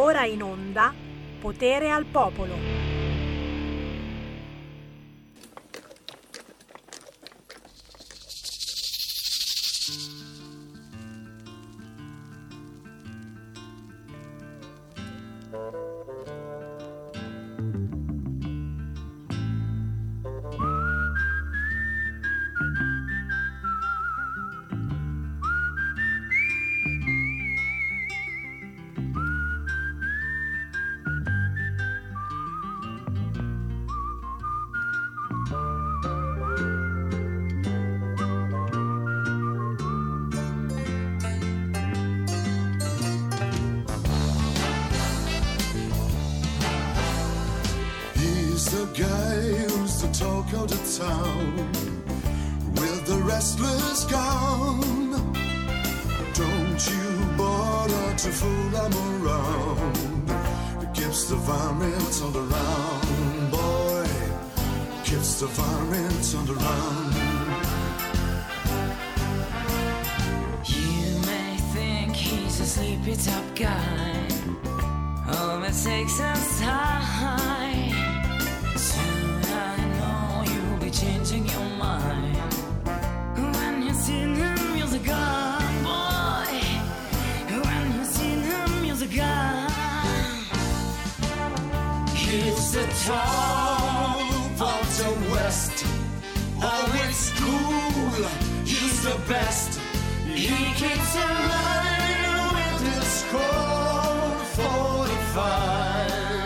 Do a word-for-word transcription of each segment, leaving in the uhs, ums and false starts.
ora in onda Potere al Popolo. The guy who's the talk of the town with the restless gown. Don't you bother to fool him around. It keeps the varmints on the round, boy. Keeps the varmints on the round. You may think he's a sleepy top guy. Oh, it takes some time. Soon I know you'll be changing your mind. When you see him, you're the gun, boy. When you see him, you're the gun. He's the top of the West. Always cool, he's the best. He keeps a line with his Colt forty-five.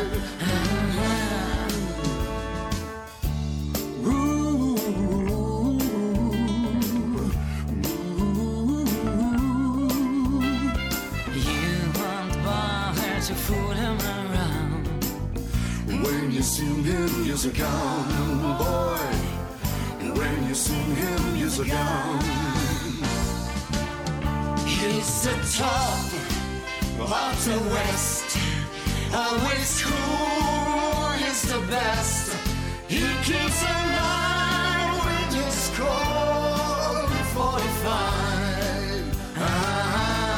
To fool him around. When you see him, use a gun, boy. When you see him, use a gun. He's the top of the West. Always cool, he's the best. He keeps alive with his Colt forty-five. Ah.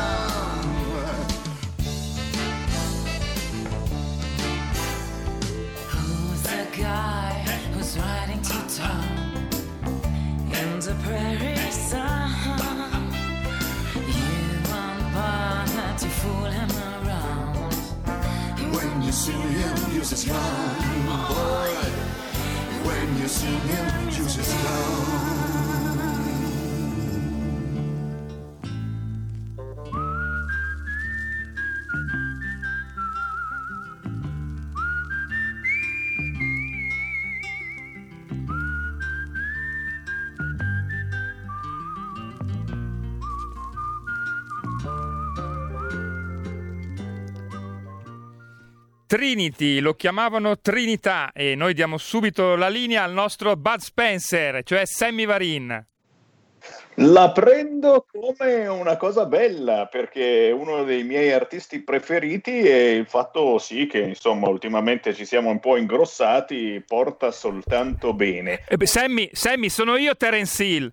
Guy who's riding to town in the prairie sun. You won't bother to fool him around. When you see him, use his gun, boy. When you see him, use his gun. Trinity, lo chiamavano Trinità e noi diamo subito la linea al nostro Bud Spencer, cioè Sammy Varin. La prendo come una cosa bella perché è uno dei miei artisti preferiti e il fatto sì che insomma ultimamente ci siamo un po' ingrossati porta soltanto bene. Eh beh, Sammy, Sammy, sono io Terence Hill.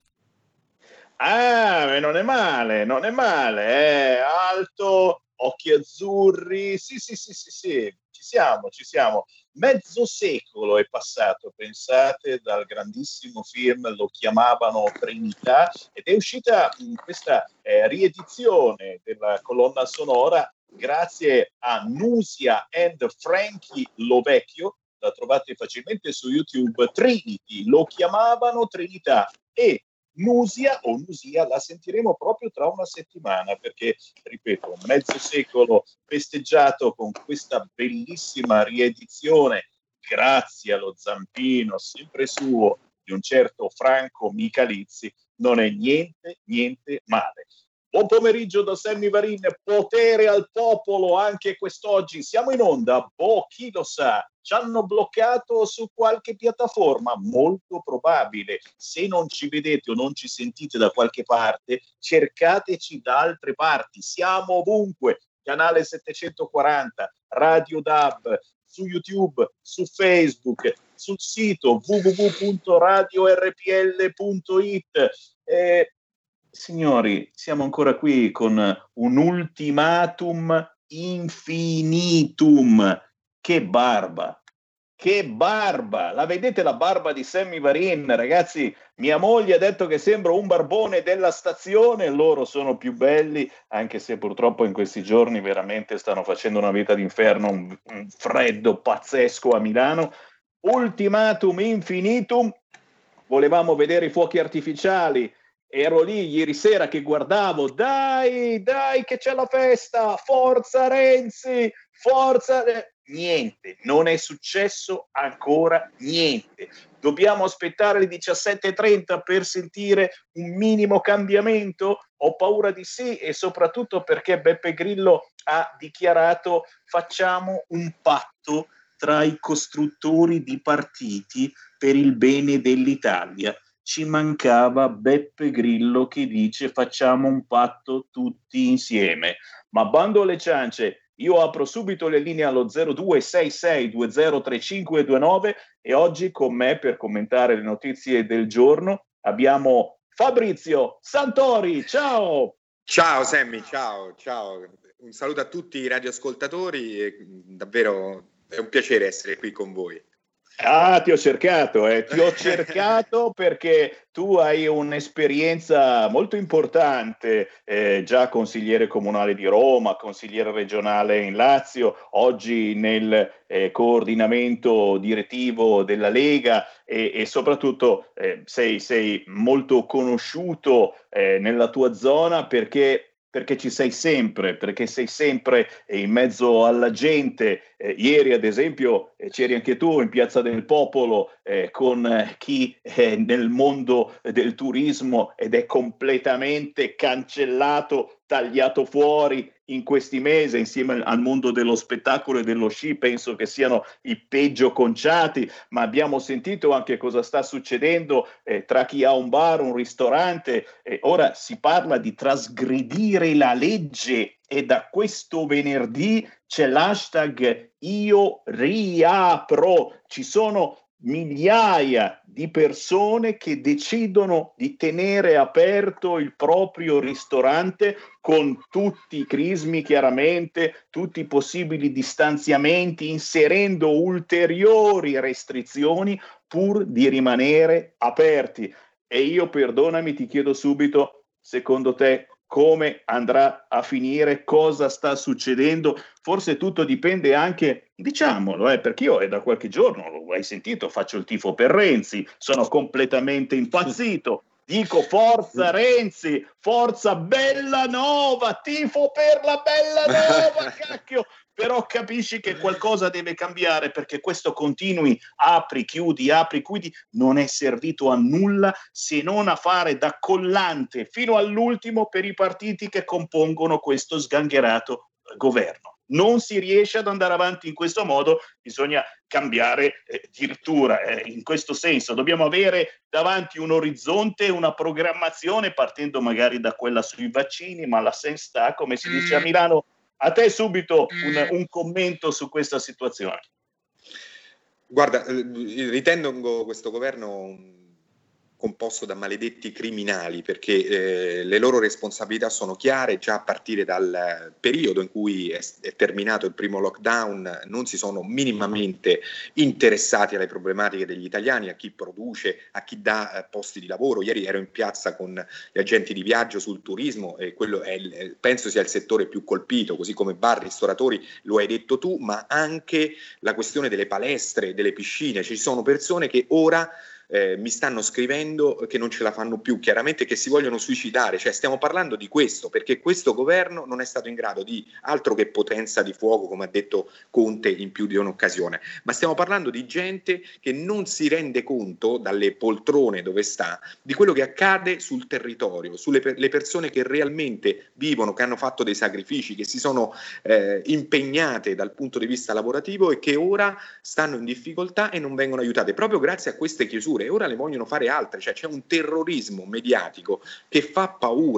Ah, non è male, non è male, è alto, occhi azzurri, sì, sì, sì, sì, sì, ci siamo, ci siamo. Mezzo secolo è passato, pensate, dal grandissimo film Lo chiamavano Trinità ed è uscita in questa eh, riedizione della colonna sonora grazie a Nusia and Frankie Lovecchio, la trovate facilmente su YouTube, Trinity, Lo chiamavano Trinità e Nusia o Nusia la sentiremo proprio tra una settimana perché, ripeto, mezzo secolo festeggiato con questa bellissima riedizione grazie allo zampino sempre suo di un certo Franco Michalizzi, non è niente, niente male. Buon pomeriggio da Sammy Varin, potere al popolo anche quest'oggi, siamo in onda, boh, chi lo sa, ci hanno bloccato su qualche piattaforma, molto probabile, se non ci vedete o non ci sentite da qualche parte, cercateci da altre parti, siamo ovunque, canale settecentoquaranta, Radio D A B, su YouTube, su Facebook, sul sito w w w punto radio r p l punto i t. Eh, Signori, siamo ancora qui con un ultimatum infinitum. Che barba! Che barba! La vedete la barba di Sammy Varin, ragazzi? Mia moglie ha detto che sembro un barbone della stazione, loro sono più belli, anche se purtroppo in questi giorni veramente stanno facendo una vita d'inferno, un, un freddo pazzesco a Milano. Ultimatum infinitum, volevamo vedere i fuochi artificiali, ero lì ieri sera che guardavo, dai, dai che c'è la festa, forza Renzi, forza... Niente, non è successo ancora niente. Dobbiamo aspettare le diciassette e trenta per sentire un minimo cambiamento? Ho paura di sì, e soprattutto perché Beppe Grillo ha dichiarato: facciamo un patto tra i costruttori di partiti per il bene dell'Italia. Ci mancava Beppe Grillo che dice facciamo un patto tutti insieme. Ma bando alle ciance, io apro subito le linee allo zero due sei sei due zero tre cinque due nove e oggi con me per commentare le notizie del giorno abbiamo Fabrizio Santori. Ciao! Ciao Sammy, ciao, ciao. Un saluto a tutti i radioascoltatori, e davvero è un piacere essere qui con voi. Ah, ti ho cercato, eh. ti ho cercato perché tu hai un'esperienza molto importante, eh, già consigliere comunale di Roma, consigliere regionale in Lazio, oggi nel eh, coordinamento direttivo della Lega e, e soprattutto eh, sei, sei molto conosciuto eh, nella tua zona perché perché ci sei sempre, perché sei sempre in mezzo alla gente. Eh, ieri, ad esempio, eh, c'eri anche tu in Piazza del Popolo eh, con eh, chi è nel mondo del turismo ed è completamente cancellato, tagliato fuori in questi mesi, insieme al mondo dello spettacolo e dello sci. Penso che siano i peggio conciati, ma abbiamo sentito anche cosa sta succedendo eh, tra chi ha un bar, un ristorante. Eh, ora si parla di trasgredire la legge e da questo venerdì c'è l'hashtag io riapro. Ci sono migliaia di persone che decidono di tenere aperto il proprio ristorante con tutti i crismi, chiaramente, tutti i possibili distanziamenti, inserendo ulteriori restrizioni pur di rimanere aperti. E io, perdonami, ti chiedo subito, secondo te come andrà a finire, cosa sta succedendo? Forse tutto dipende anche, diciamolo, eh, perché io è da qualche giorno, lo hai sentito, faccio il tifo per Renzi, sono completamente impazzito, dico forza Renzi, forza Bellanova, tifo per la Bellanova, cacchio! Però capisci che qualcosa deve cambiare perché questo continui apri, chiudi, apri, chiudi non è servito a nulla se non a fare da collante fino all'ultimo per i partiti che compongono questo sgangherato governo. Non si riesce ad andare avanti in questo modo, bisogna cambiare eh, addirittura eh, in questo senso. Dobbiamo avere davanti un orizzonte, una programmazione partendo magari da quella sui vaccini, ma la senza, come si dice a Milano. A te subito un, un commento su questa situazione. Guarda, ritengo questo governo composto da maledetti criminali perché eh, le loro responsabilità sono chiare già a partire dal periodo in cui è, è terminato il primo lockdown. Non si sono minimamente interessati alle problematiche degli italiani, a chi produce, a chi dà eh, posti di lavoro. Ieri ero in piazza con gli agenti di viaggio sul turismo e quello è il, penso sia il settore più colpito, così come bar, ristoratori, lo hai detto tu, ma anche la questione delle palestre, delle piscine. Ci sono persone che ora Eh, mi stanno scrivendo che non ce la fanno più, chiaramente che si vogliono suicidare, cioè stiamo parlando di questo, perché questo governo non è stato in grado di altro che potenza di fuoco, come ha detto Conte in più di un'occasione, ma stiamo parlando di gente che non si rende conto dalle poltrone dove sta di quello che accade sul territorio, sulle per- le persone che realmente vivono, che hanno fatto dei sacrifici, che si sono eh, impegnate dal punto di vista lavorativo e che ora stanno in difficoltà e non vengono aiutate proprio grazie a queste chiusure. E ora le vogliono fare altre, cioè c'è un terrorismo mediatico che fa paura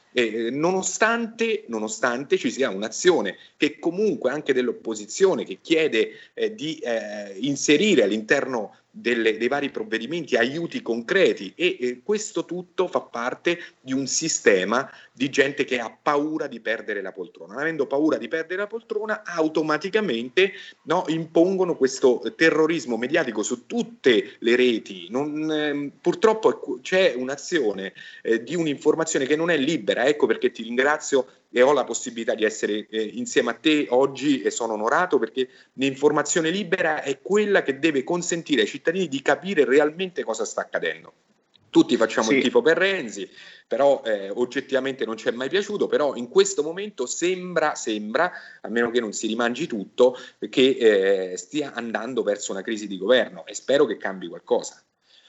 Eh, nonostante, nonostante ci sia un'azione che comunque anche dell'opposizione che chiede eh, di eh, inserire all'interno delle, dei vari provvedimenti aiuti concreti e eh, questo tutto fa parte di un sistema di gente che ha paura di perdere la poltrona. Avendo paura di perdere la poltrona, automaticamente no, impongono questo terrorismo mediatico su tutte le reti. Non, eh, purtroppo c'è un'azione eh, di un'informazione che non è libera, ecco perché ti ringrazio e ho la possibilità di essere eh, insieme a te oggi e sono onorato, perché l'informazione libera è quella che deve consentire ai cittadini di capire realmente cosa sta accadendo. Tutti facciamo sì. il tifo per Renzi, però eh, oggettivamente non ci è mai piaciuto, però in questo momento sembra, sembra, a meno che non si rimangi tutto, che eh, stia andando verso una crisi di governo e spero che cambi qualcosa.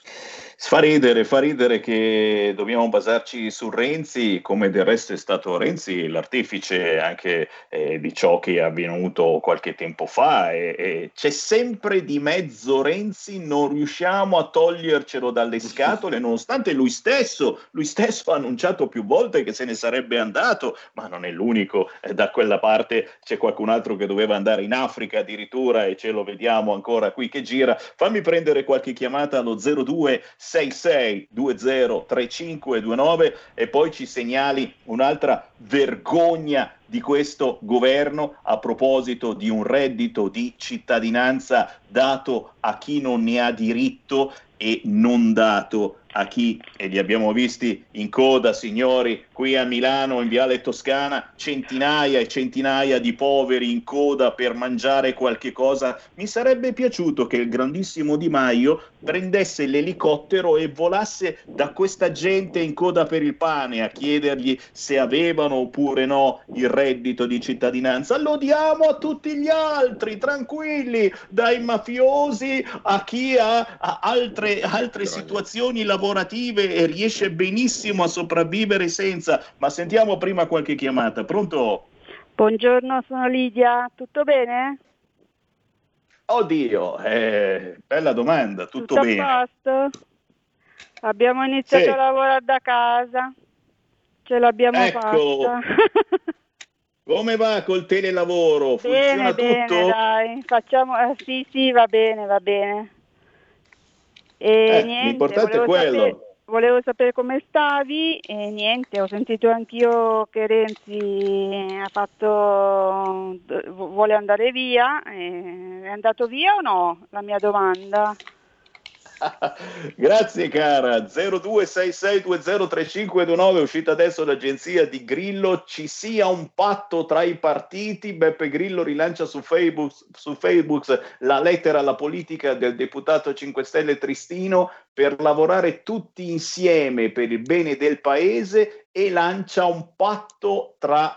Fa ridere, fa ridere che dobbiamo basarci su Renzi, come del resto è stato Renzi l'artefice anche eh, di ciò che è avvenuto qualche tempo fa e, e c'è sempre di mezzo Renzi, non riusciamo a togliercelo dalle scatole, nonostante lui stesso, lui stesso ha annunciato più volte che se ne sarebbe andato, ma non è l'unico, eh, da quella parte c'è qualcun altro che doveva andare in Africa addirittura e ce lo vediamo ancora qui che gira. Fammi prendere qualche chiamata allo zero due sei sei due zero tre cinque due nove e poi ci segnali un'altra vergogna di questo governo a proposito di un reddito di cittadinanza dato a chi non ne ha diritto e non dato a chi, e li abbiamo visti in coda, signori, qui a Milano, in Viale Toscana, centinaia e centinaia di poveri in coda per mangiare qualche cosa. Mi sarebbe piaciuto che il grandissimo Di Maio prendesse l'elicottero e volasse da questa gente in coda per il pane a chiedergli se avevano oppure no il reddito di cittadinanza. Lo diamo a tutti gli altri, tranquilli, dai mafiosi a chi ha, ha altre, altre situazioni lavorative lavorative e riesce benissimo a sopravvivere senza. Ma sentiamo prima qualche chiamata. Pronto? Buongiorno, sono Lidia, tutto bene? Oddio, eh, bella domanda, tutto, tutto bene. A posto? Abbiamo iniziato sì. a lavorare da casa, ce l'abbiamo ecco. fatta. Come va col telelavoro? Bene, Funziona bene, tutto? dai, facciamo, eh, sì, sì, va bene, va bene. E Eh, niente, l'importante è volevo quello. sapere, volevo sapere come stavi e niente, ho sentito anch'io che Renzi ha fatto, vuole andare via, è andato via o no? La mia domanda. Grazie cara. Zero due sei sei due zero tre cinque due nove, è uscita adesso l'agenzia di Grillo, ci sia un patto tra i partiti. Beppe Grillo rilancia su Facebook, su Facebook la lettera alla politica del deputato cinque Stelle Tristino per lavorare tutti insieme per il bene del paese e lancia un patto tra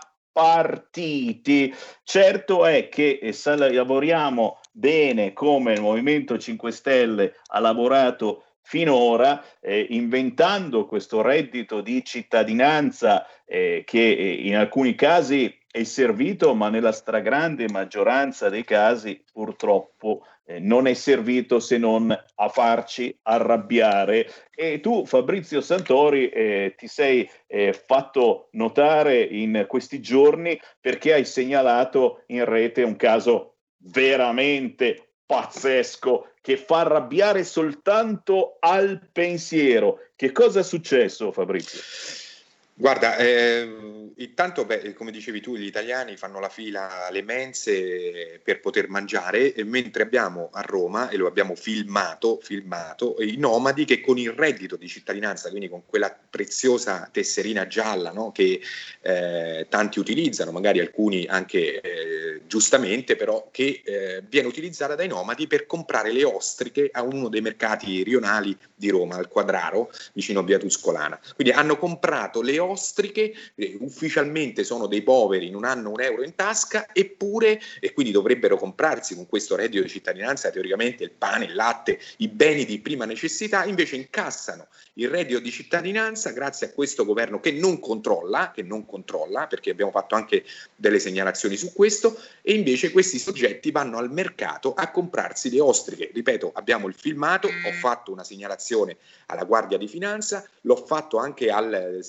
partiti. Certo è che eh, se lavoriamo bene come il Movimento cinque Stelle ha lavorato finora, eh, inventando questo reddito di cittadinanza eh, che eh, in alcuni casi è servito, ma nella stragrande maggioranza dei casi purtroppo eh, non è servito se non a farci arrabbiare. E tu, Fabrizio Santori, eh, ti sei eh, fatto notare in questi giorni perché hai segnalato in rete un caso veramente pazzesco che fa arrabbiare soltanto al pensiero. Che cosa è successo, Fabrizio? Guarda, eh, intanto, beh, come dicevi tu, gli italiani fanno la fila alle mense per poter mangiare, e mentre abbiamo a Roma, e lo abbiamo filmato, filmato, i nomadi che con il reddito di cittadinanza, quindi con quella preziosa tesserina gialla, no, che eh, tanti utilizzano, magari alcuni anche eh, giustamente, però che eh, viene utilizzata dai nomadi per comprare le ostriche a uno dei mercati rionali di Roma, al Quadraro, vicino a Via Tuscolana. Quindi hanno comprato le ostriche, eh, ufficialmente sono dei poveri, non hanno un euro in tasca, eppure, e quindi dovrebbero comprarsi con questo reddito di cittadinanza teoricamente il pane, il latte, i beni di prima necessità, invece incassano il reddito di cittadinanza grazie a questo governo che non controlla, che non controlla, perché abbiamo fatto anche delle segnalazioni su questo, e invece questi soggetti vanno al mercato a comprarsi le ostriche. Ripeto, abbiamo il filmato, ho fatto una segnalazione alla Guardia di Finanza, l'ho fatto anche al sito del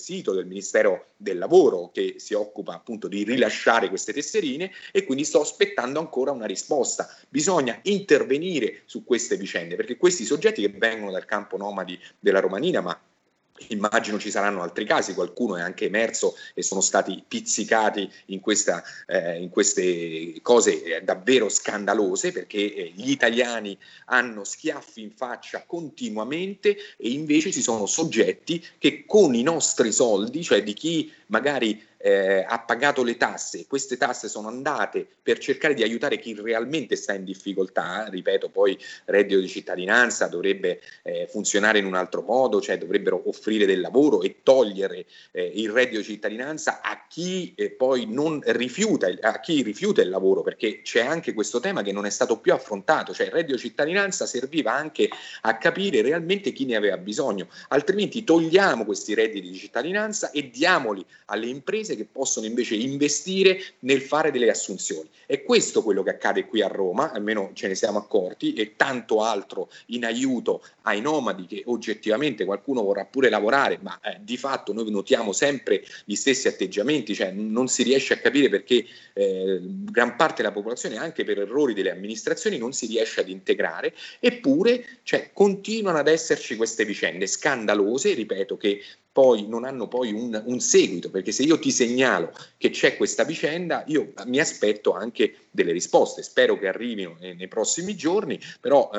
Ministero del Lavoro che si occupa appunto di rilasciare queste tesserine, e quindi sto aspettando ancora una risposta. Bisogna intervenire su queste vicende, perché questi soggetti che vengono dal campo nomadi della Romanina, ma immagino ci saranno altri casi, qualcuno è anche emerso e sono stati pizzicati in, questa, eh, in queste cose eh, davvero scandalose, perché eh, gli italiani hanno schiaffi in faccia continuamente, e invece ci sono soggetti che con i nostri soldi, cioè di chi magari eh, ha pagato le tasse, queste tasse sono andate per cercare di aiutare chi realmente sta in difficoltà. Ripeto, poi reddito di cittadinanza dovrebbe eh, funzionare in un altro modo, cioè dovrebbero offrire del lavoro e togliere eh, il reddito di cittadinanza a chi eh, poi non rifiuta, a chi rifiuta il lavoro, perché c'è anche questo tema che non è stato più affrontato, cioè il reddito di cittadinanza serviva anche a capire realmente chi ne aveva bisogno, altrimenti togliamo questi redditi di cittadinanza e diamoli alle imprese che possono invece investire nel fare delle assunzioni. È questo quello che accade qui a Roma, almeno ce ne siamo accorti, e tanto altro in aiuto ai nomadi, che oggettivamente qualcuno vorrà pure lavorare, ma eh, di fatto noi notiamo sempre gli stessi atteggiamenti, cioè non si riesce a capire perché eh, gran parte della popolazione, anche per errori delle amministrazioni, non si riesce ad integrare, eppure cioè, continuano ad esserci queste vicende scandalose, ripeto, che poi non hanno poi un, un seguito, perché se io ti segnalo che c'è questa vicenda, io mi aspetto anche delle risposte, spero che arrivino nei, nei prossimi giorni, però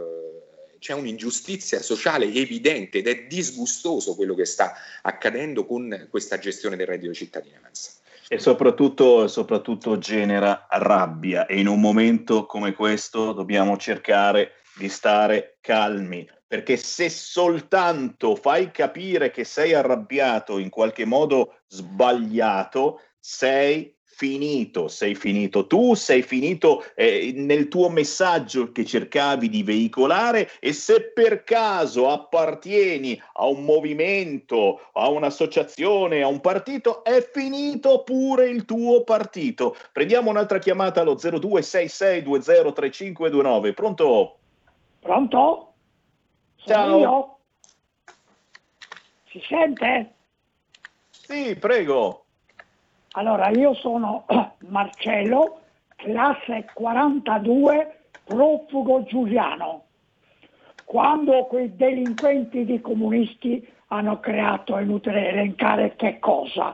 eh, c'è un'ingiustizia sociale evidente ed è disgustoso quello che sta accadendo con questa gestione del reddito di cittadinanza. E soprattutto, soprattutto genera rabbia, e in un momento come questo dobbiamo cercare di stare calmi, perché se soltanto fai capire che sei arrabbiato, in qualche modo sbagliato, sei finito, sei finito tu, sei finito eh, nel tuo messaggio che cercavi di veicolare, e se per caso appartieni a un movimento, a un'associazione, a un partito, è finito pure il tuo partito. Prendiamo un'altra chiamata allo zero due sei sei due zero tre cinque due nove. Pronto? Pronto? Sono Ciao. io? Si sente? Sì, prego. Allora, io sono Marcello, classe quarantadue, profugo giuliano. Quando quei delinquenti di comunisti hanno creato, è inutile elencare che cosa.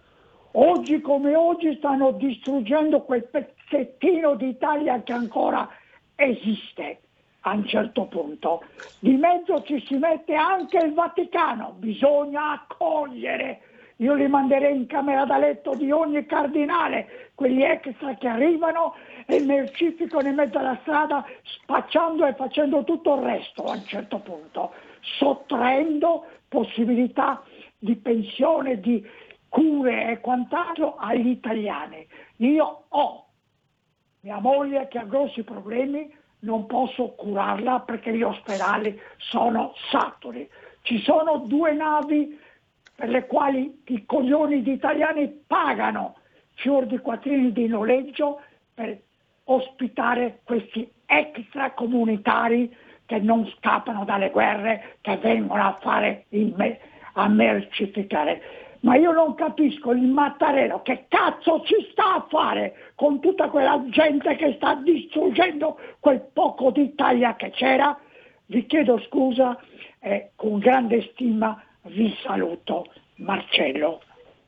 Oggi come oggi stanno distruggendo quel pezzettino d'Italia che ancora esiste. A un certo punto di mezzo ci si mette anche il Vaticano, bisogna accogliere. Io li manderei in camera da letto di ogni cardinale, quegli extra che arrivano e mercificano in mezzo alla strada, spacciando e facendo tutto il resto a un certo punto, sottraendo possibilità di pensione, di cure e quant'altro agli italiani. Io ho mia moglie che ha grossi problemi, non posso curarla perché gli ospedali sono saturi. Ci sono due navi per le quali i coglioni di italiani pagano fior di quattrini di noleggio per ospitare questi extracomunitari che non scappano dalle guerre, che vengono a fare il me- a mercificare. Ma io non capisco il Mattarello che cazzo ci sta a fare con tutta quella gente che sta distruggendo quel poco d'Italia che c'era. Vi chiedo scusa e con grande stima vi saluto. Marcello.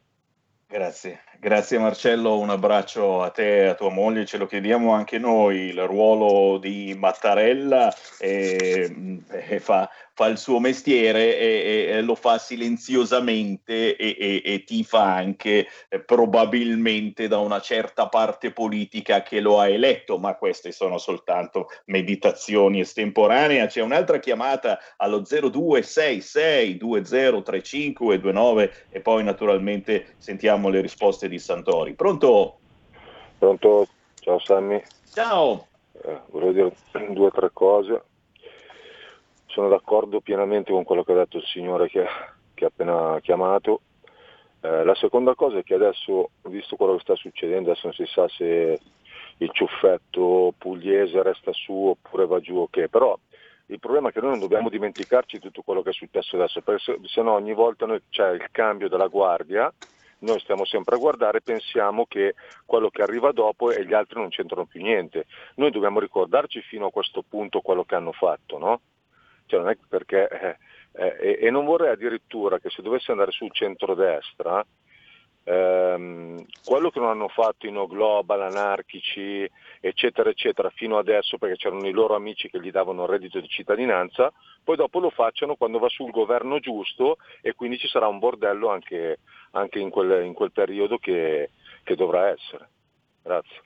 Grazie, grazie Marcello, un abbraccio a te e a tua moglie, ce lo chiediamo anche noi, il ruolo di Mattarella eh, eh, fa, fa il suo mestiere e, e lo fa silenziosamente e, e, e tifa anche eh, probabilmente da una certa parte politica che lo ha eletto, ma queste sono soltanto meditazioni estemporanee. C'è un'altra chiamata allo zero due sei sei due zero tre cinque due nove e poi naturalmente sentiamo le risposte di Santori. Pronto? Pronto? Ciao Sammy. Ciao. Eh, volevo dire due o tre cose. Sono d'accordo pienamente con quello che ha detto il signore che, che ha appena chiamato. Eh, la seconda cosa è che adesso, visto quello che sta succedendo, adesso non si sa se il ciuffetto pugliese resta su oppure va giù o che, però Il problema è che noi non dobbiamo dimenticarci di tutto quello che è successo adesso, perché se, se no ogni volta noi, c'è il cambio della guardia, noi stiamo sempre a guardare e pensiamo che quello che arriva dopo e gli altri non c'entrano più niente. Noi dobbiamo ricordarci fino a questo punto quello che hanno fatto, no? Cioè non è perché, eh, eh, e, e non vorrei addirittura che se dovesse andare sul centrodestra, ehm, quello che non hanno fatto i no global, anarchici, eccetera, eccetera, fino adesso, perché c'erano i loro amici che gli davano il reddito di cittadinanza, poi dopo lo facciano quando va sul governo giusto e quindi ci sarà un bordello anche, anche in, quel, in quel periodo che, che dovrà essere. Grazie.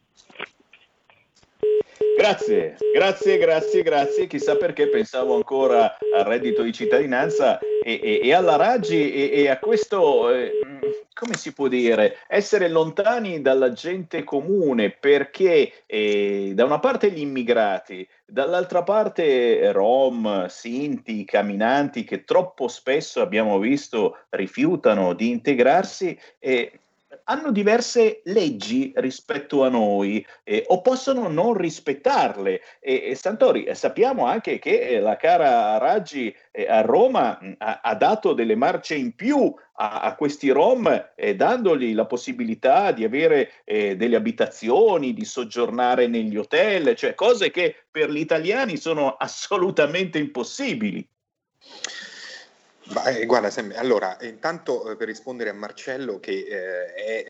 Grazie, grazie, grazie, grazie. Chissà perché pensavo ancora al reddito di cittadinanza e, e, e alla Raggi e, e a questo, eh, come si può dire, essere lontani dalla gente comune, perché eh, da una parte gli immigrati, dall'altra parte Rom, Sinti, camminanti che troppo spesso abbiamo visto rifiutano di integrarsi e hanno diverse leggi rispetto a noi eh, o possono non rispettarle e, e Santori, eh, sappiamo anche che eh, la cara Raggi eh, a Roma mh, ha, ha dato delle marce in più a, a questi Rom eh, dandogli la possibilità di avere eh, delle abitazioni, di soggiornare negli hotel, cioè cose che per gli italiani sono assolutamente impossibili. Bah, eh, guarda, Sam, allora, intanto eh, per rispondere a Marcello che eh, è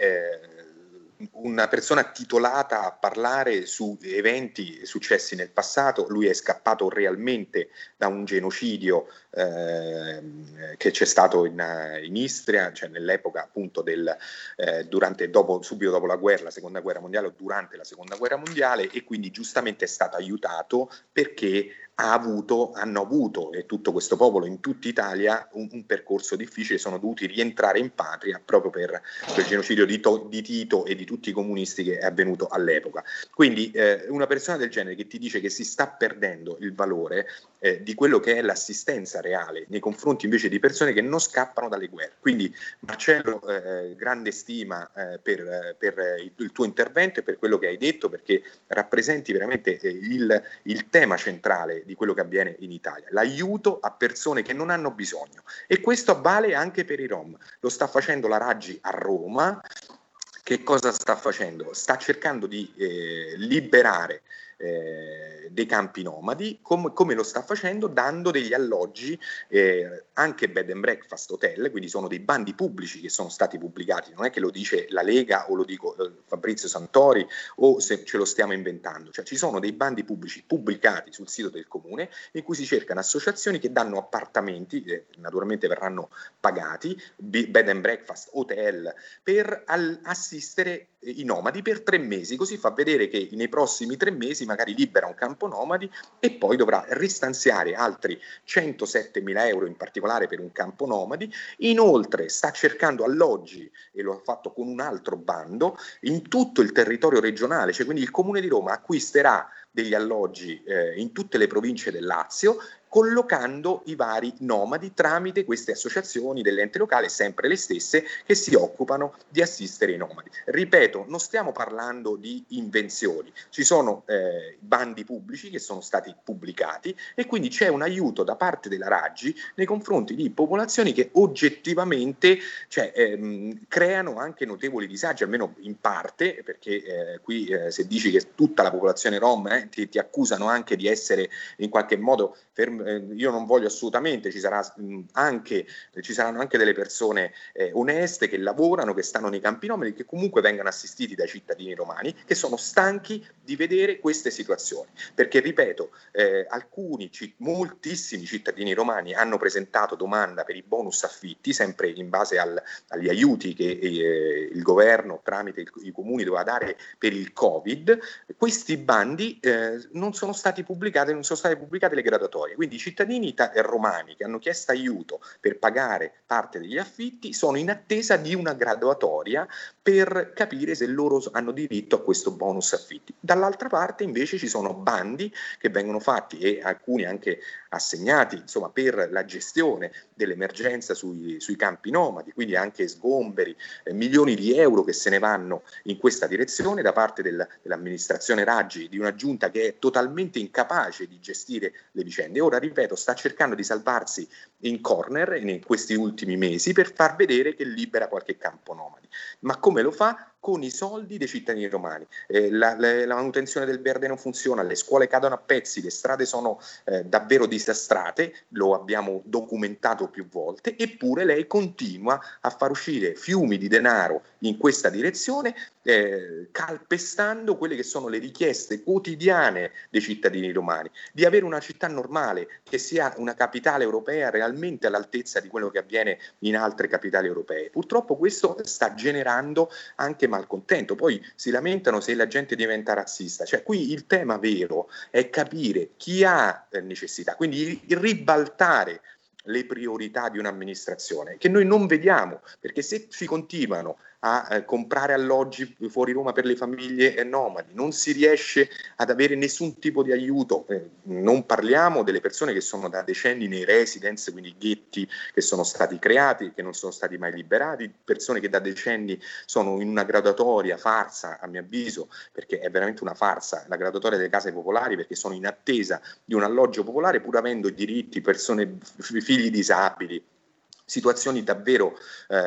eh, una persona titolata a parlare su eventi successi nel passato, lui è scappato realmente da un genocidio eh, che c'è stato in, in Istria, cioè nell'epoca appunto del eh, durante, dopo, subito dopo la guerra, la seconda guerra mondiale o durante la seconda guerra mondiale, e quindi giustamente è stato aiutato perché ha avuto, hanno avuto, e tutto questo popolo in tutta Italia, un, un percorso difficile, sono dovuti rientrare in patria proprio per quel genocidio di, to, di Tito e di tutti i comunisti che è avvenuto all'epoca. Quindi eh, una persona del genere che ti dice che si sta perdendo il valore eh, di quello che è l'assistenza reale nei confronti invece di persone che non scappano dalle guerre. Quindi Marcello, eh, grande stima eh, per, per il, il tuo intervento e per quello che hai detto, perché rappresenti veramente eh, il, il tema centrale di quello che avviene in Italia, l'aiuto a persone che non hanno bisogno, e questo vale anche per i Rom. Lo sta facendo la Raggi a Roma. Che cosa sta facendo? Sta cercando di eh, liberare eh, dei campi nomadi, com- come lo sta facendo dando degli alloggi, eh, anche bed and breakfast hotel, quindi sono dei bandi pubblici che sono stati pubblicati, non è che lo dice la Lega o lo dico eh, Fabrizio Santori o se ce lo stiamo inventando, cioè ci sono dei bandi pubblici pubblicati sul sito del comune in cui si cercano associazioni che danno appartamenti, eh, naturalmente verranno pagati, b- bed and breakfast, hotel, per al- assistere i nomadi per tre mesi, così fa vedere che nei prossimi tre mesi magari libera un campo nomadi e poi dovrà ristanziare altri centosettemila euro in particolare per un campo nomadi. Inoltre sta cercando alloggi, e lo ha fatto con un altro bando, in tutto il territorio regionale, cioè quindi il Comune di Roma acquisterà degli alloggi eh, in tutte le province del Lazio, collocando i vari nomadi tramite queste associazioni dell'ente locale, sempre le stesse, che si occupano di assistere i nomadi. Ripeto, non stiamo parlando di invenzioni, ci sono eh, bandi pubblici che sono stati pubblicati e quindi c'è un aiuto da parte della Raggi nei confronti di popolazioni che oggettivamente cioè, ehm, creano anche notevoli disagi, almeno in parte, perché eh, qui eh, se dici che tutta la popolazione rom eh, ti, ti accusano anche di essere in qualche modo fermi. Io non voglio assolutamente, ci sarà anche ci saranno anche delle persone eh, oneste che lavorano, che stanno nei campi nomadi, che comunque vengono assistiti dai cittadini romani che sono stanchi di vedere queste situazioni, perché ripeto eh, alcuni moltissimi cittadini romani hanno presentato domanda per i bonus affitti, sempre in base al, agli aiuti che eh, il governo tramite il, i comuni doveva dare per il Covid. Questi bandi eh, non sono stati pubblicati, non sono state pubblicate le graduatorie, quindi i cittadini ita- romani che hanno chiesto aiuto per pagare parte degli affitti sono in attesa di una graduatoria per capire se loro hanno diritto a questo bonus affitti. Dall'altra parte invece ci sono bandi che vengono fatti, e alcuni anche assegnati insomma per la gestione dell'emergenza sui, sui campi nomadi, quindi anche sgomberi, eh, milioni di euro che se ne vanno in questa direzione da parte del, dell'amministrazione Raggi, di una giunta che è totalmente incapace di gestire le vicende. Ora, ripeto, sta cercando di salvarsi in corner in questi ultimi mesi per far vedere che libera qualche campo nomadi. Ma come lo fa? Con i soldi dei cittadini romani. Eh, la, la, la manutenzione del verde non funziona, le scuole cadono a pezzi, le strade sono eh, davvero disastrate, lo abbiamo documentato più volte, eppure lei continua a far uscire fiumi di denaro in questa direzione, eh, calpestando quelle che sono le richieste quotidiane dei cittadini romani, di avere una città normale, che sia una capitale europea realmente all'altezza di quello che avviene in altre capitali europee. Purtroppo questo sta generando anche malcontento, poi si lamentano se la gente diventa razzista, cioè qui il tema vero è capire chi ha necessità, quindi ribaltare le priorità di un'amministrazione che noi non vediamo, perché se si continuano a eh, comprare alloggi fuori Roma per le famiglie eh, nomadi, non si riesce ad avere nessun tipo di aiuto, eh, non parliamo delle persone che sono da decenni nei residence, quindi ghetti che sono stati creati, che non sono stati mai liberati, persone che da decenni sono in una graduatoria farsa, a mio avviso, perché è veramente una farsa la graduatoria delle case popolari, perché sono in attesa di un alloggio popolare pur avendo i diritti, persone, f- figli disabili, situazioni davvero eh,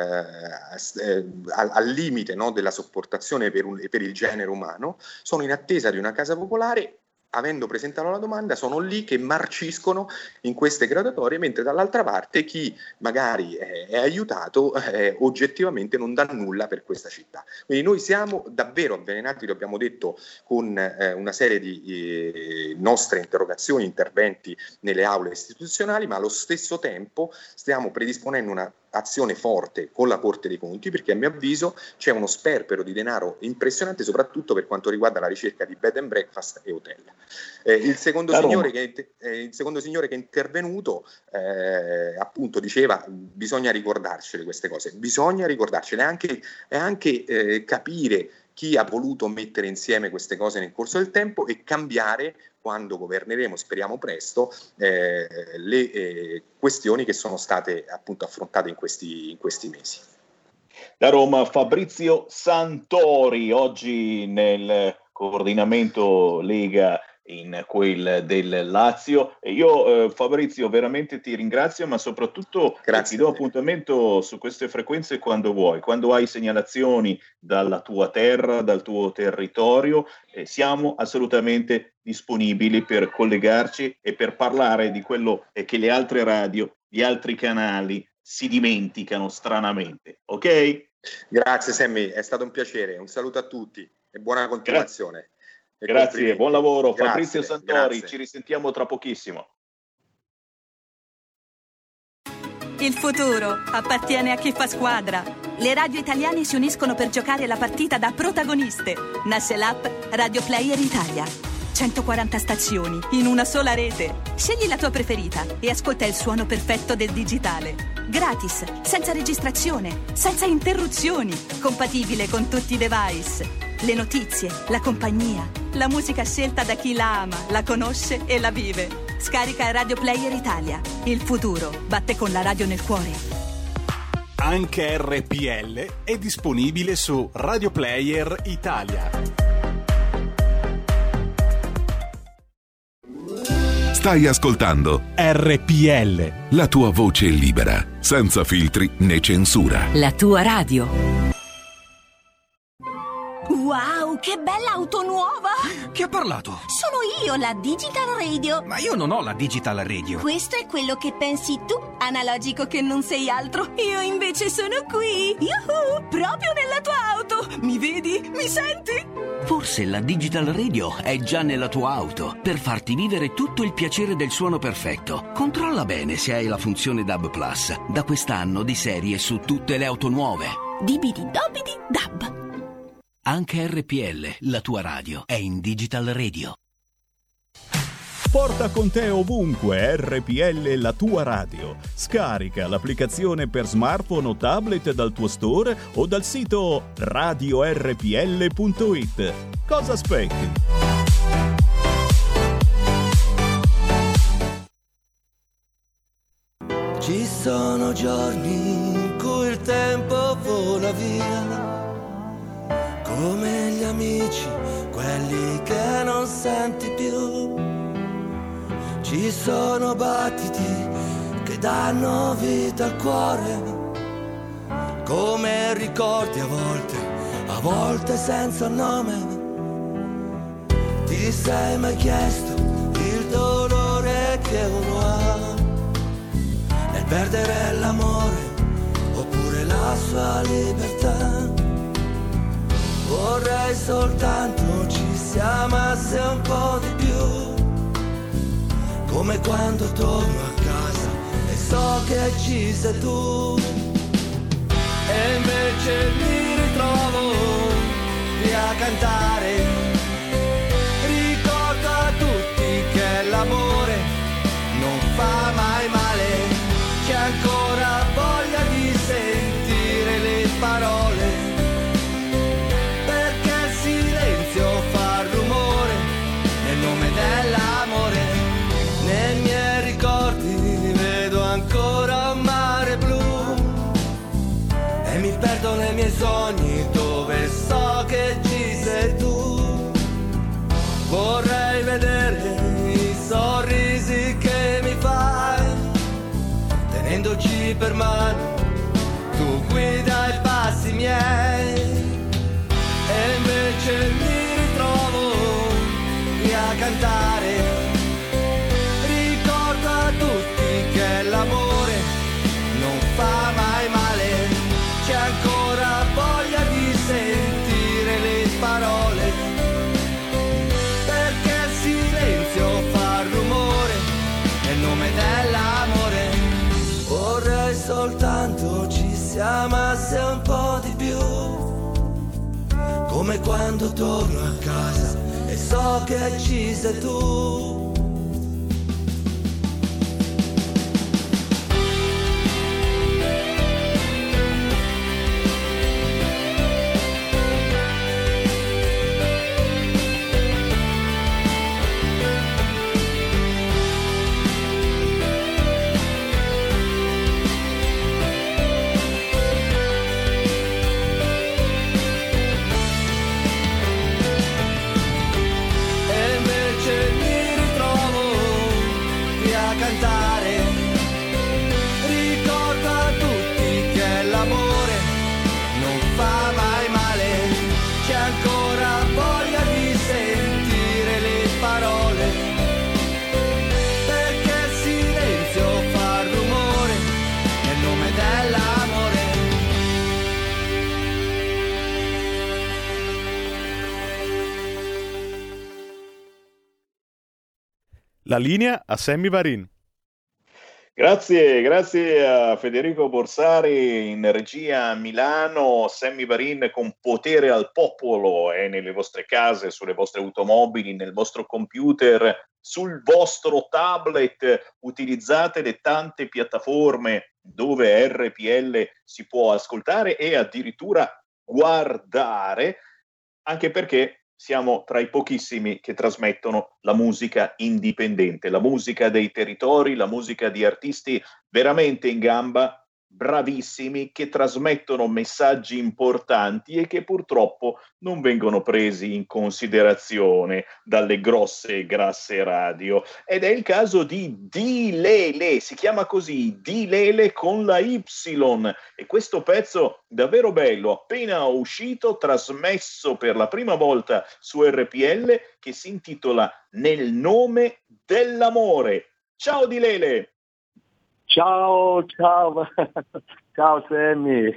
al, al limite, no, della sopportazione per, un, per il genere umano, sono in attesa di una casa popolare. Avendo presentato la domanda, sono lì che marciscono in queste graduatorie, mentre dall'altra parte chi magari è, è aiutato eh, oggettivamente non dà nulla per questa città. Quindi noi siamo davvero avvelenati, lo abbiamo detto con eh, una serie di eh, nostre interrogazioni, interventi nelle aule istituzionali, ma allo stesso tempo stiamo predisponendo una azione forte con la Corte dei Conti, perché a mio avviso c'è uno sperpero di denaro impressionante, soprattutto per quanto riguarda la ricerca di bed and breakfast e hotel. Eh, il, secondo signore che, eh, il secondo signore che è intervenuto eh, appunto diceva bisogna ricordarcele queste cose, bisogna ricordarcele, anche, e anche eh, capire chi ha voluto mettere insieme queste cose nel corso del tempo e cambiare, quando governeremo, speriamo presto, eh, le eh, questioni che sono state appunto affrontate in questi, in questi mesi. Da Roma Fabrizio Santori, oggi nel coordinamento Lega in quel del Lazio. E io eh, Fabrizio veramente ti ringrazio, ma soprattutto ti do appuntamento su queste frequenze quando vuoi, quando hai segnalazioni dalla tua terra, dal tuo territorio, eh, siamo assolutamente disponibili per collegarci e per parlare di quello eh, che le altre radio, gli altri canali si dimenticano stranamente, ok? Grazie Sammy, è stato un piacere, un saluto a tutti e buona continuazione. Grazie. Grazie, buon lavoro. Grazie, Fabrizio Santori, grazie. Ci risentiamo tra pochissimo. Il futuro appartiene a chi fa squadra. Le radio italiane si uniscono per giocare la partita da protagoniste. Nasce l'app Radio Player Italia. centoquaranta stazioni in una sola rete. Scegli la tua preferita e ascolta il suono perfetto del digitale. Gratis, senza registrazione, senza interruzioni, compatibile con tutti i device. Le notizie, la compagnia, la musica scelta da chi la ama, la conosce e la vive. Scarica Radio Player Italia. Il futuro batte con la radio nel cuore. Anche R P L è disponibile su Radio Player Italia. Stai ascoltando R P L, la tua voce libera, senza filtri né censura. La tua radio. Wow, che bella auto nuova! Chi ha parlato? Sono io, la Digital Radio. Ma io non ho la Digital Radio. Questo è quello che pensi tu, analogico che non sei altro. Io invece sono qui, yuhu, proprio nella tua auto. Mi vedi? Mi senti? Forse la Digital Radio è già nella tua auto per farti vivere tutto il piacere del suono perfetto. Controlla bene se hai la funzione D A B Plus, da quest'anno di serie su tutte le auto nuove. Dibidi dobidi dab. Anche R P L, la tua radio, è in Digital Radio. Porta con te ovunque R P L, la tua radio. Scarica l'applicazione per smartphone o tablet dal tuo store o dal sito radio r p l punto i t. Cosa aspetti? sono giorni in cui il tempo vola via, come gli amici, quelli che non senti più. Ci sono battiti che danno vita al cuore, come ricordi a volte, a volte senza nome. Ti sei mai chiesto il dolore che uno ha nel perdere l'amore oppure la sua libertà? Vorrei soltanto ci si amasse un po' di più, come quando torno a casa e so che ci sei tu. E invece mi ritrovo lì a cantare, ricordo a tutti che l'amore non fa mai male, c'è ancora voglia di sentire le parole, perché il silenzio fa rumore nel nome dell'amore. Nei miei ricordi vedo ancora un mare blu e mi perdo nei miei sogni dove so che ci sei tu. Vorrei vedere i sorrisi che mi fai, tenendoci per mano, tu guida i passi miei. E invece mi ritrovo lì a cantare, ricordo a tutti che l'amore non fa mai male, c'è ancora voglia di sentire le parole, perché il silenzio fa rumore nel nome dell'amore. Vorrei soltanto ci si amasse un po' di più, come quando torno a casa e so che ci sei tu. La linea a Sammy Varin. Grazie, grazie a Federico Borsari in regia a Milano. Sammy Varin con Potere al Popolo è nelle vostre case, sulle vostre automobili, nel vostro computer, sul vostro tablet. Utilizzate le tante piattaforme dove R P L si può ascoltare e addirittura guardare, anche perché siamo tra i pochissimi che trasmettono la musica indipendente, la musica dei territori, la musica di artisti veramente in gamba, bravissimi, che trasmettono messaggi importanti e che purtroppo non vengono presi in considerazione dalle grosse e grasse radio. Ed è il caso di Di Lele, si chiama così, Di Lele con la Y, e questo pezzo davvero bello, appena uscito, trasmesso per la prima volta su R P L, che si intitola Nel nome dell'amore. Ciao Di Lele! Ciao, ciao, ciao Sammy.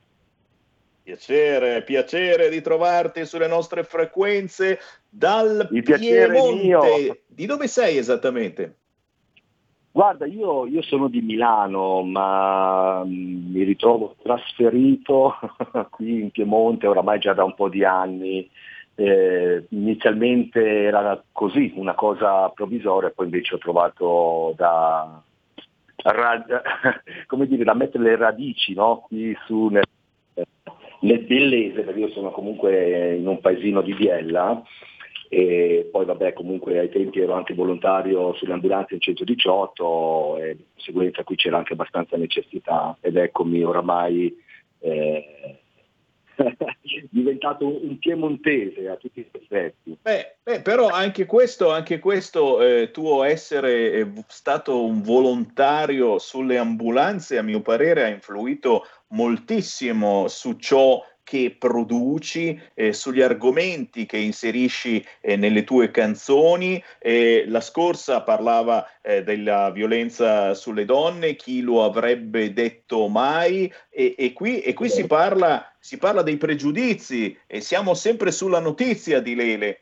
Piacere, piacere di trovarti sulle nostre frequenze dal Il piacere Piemonte. mio. Di dove sei esattamente? Guarda, io, io sono di Milano, ma mi ritrovo trasferito qui in Piemonte oramai già da un po' di anni. Eh, inizialmente era così, una cosa provvisoria, poi invece ho trovato da... come dire, da mettere le radici, no? Qui su nel, nel Biellese, perché io sono comunque in un paesino di Biella, e poi vabbè comunque ai tempi ero anche volontario sulle ambulanze in centodiciotto e di conseguenza qui c'era anche abbastanza necessità ed eccomi oramai eh, diventato un piemontese a tutti gli effetti. Beh, beh, però anche questo, anche questo eh, tuo essere eh, stato un volontario sulle ambulanze, a mio parere, ha influito moltissimo su ciò che produci, eh, sugli argomenti che inserisci eh, nelle tue canzoni. Eh, la scorsa parlava eh, della violenza sulle donne, chi lo avrebbe detto mai, e, e qui, e qui si parla, si parla dei pregiudizi e siamo sempre sulla notizia di Lele.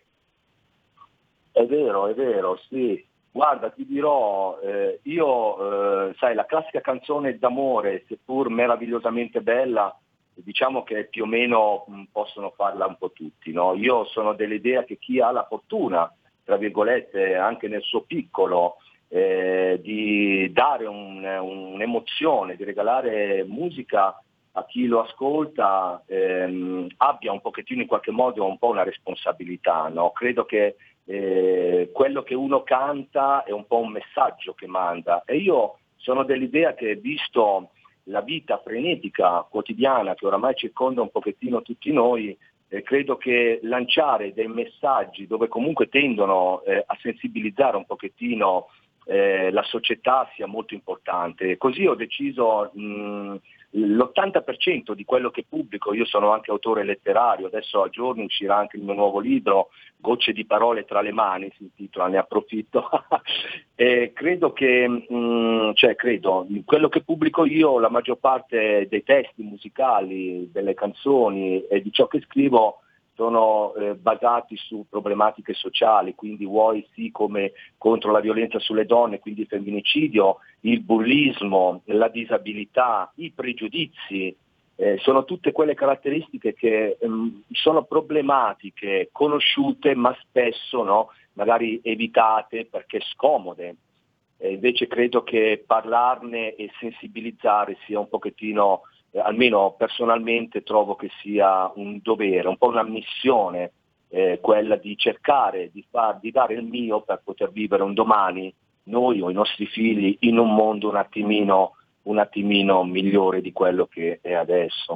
È vero, è vero, sì. Guarda, ti dirò, eh, io, eh, sai, la classica canzone d'amore, seppur meravigliosamente bella, diciamo che più o meno mh, possono farla un po' tutti, no? Io sono dell'idea che chi ha la fortuna, tra virgolette, anche nel suo piccolo, eh, di dare un, un'emozione, di regalare musica a chi lo ascolta, ehm, abbia un pochettino in qualche modo un po' una responsabilità, no? Credo che eh, quello che uno canta è un po' un messaggio che manda e io sono dell'idea che, visto la vita frenetica quotidiana che oramai circonda un pochettino tutti noi, eh, credo che lanciare dei messaggi dove comunque tendono eh, a sensibilizzare un pochettino eh, la società sia molto importante. Così ho deciso mh, l'ottanta per cento di quello che pubblico, io sono anche autore letterario, adesso a giorni uscirà anche il mio nuovo libro, Gocce di parole tra le mani, si intitola, ne approfitto, e credo che, mh, cioè credo, quello che pubblico io, la maggior parte dei testi musicali, delle canzoni e di ciò che scrivo sono eh, basati su problematiche sociali, quindi vuoi sì come contro la violenza sulle donne, quindi il femminicidio, il bullismo, la disabilità, i pregiudizi, eh, sono tutte quelle caratteristiche che ehm, sono problematiche, conosciute, ma spesso no, magari evitate perché scomode. E invece credo che parlarne e sensibilizzare sia un pochettino, eh, almeno personalmente trovo che sia un dovere, un po' una missione, eh, quella di cercare di, far, di dare il mio per poter vivere un domani, noi o i nostri figli, in un mondo un attimino, un attimino migliore di quello che è adesso.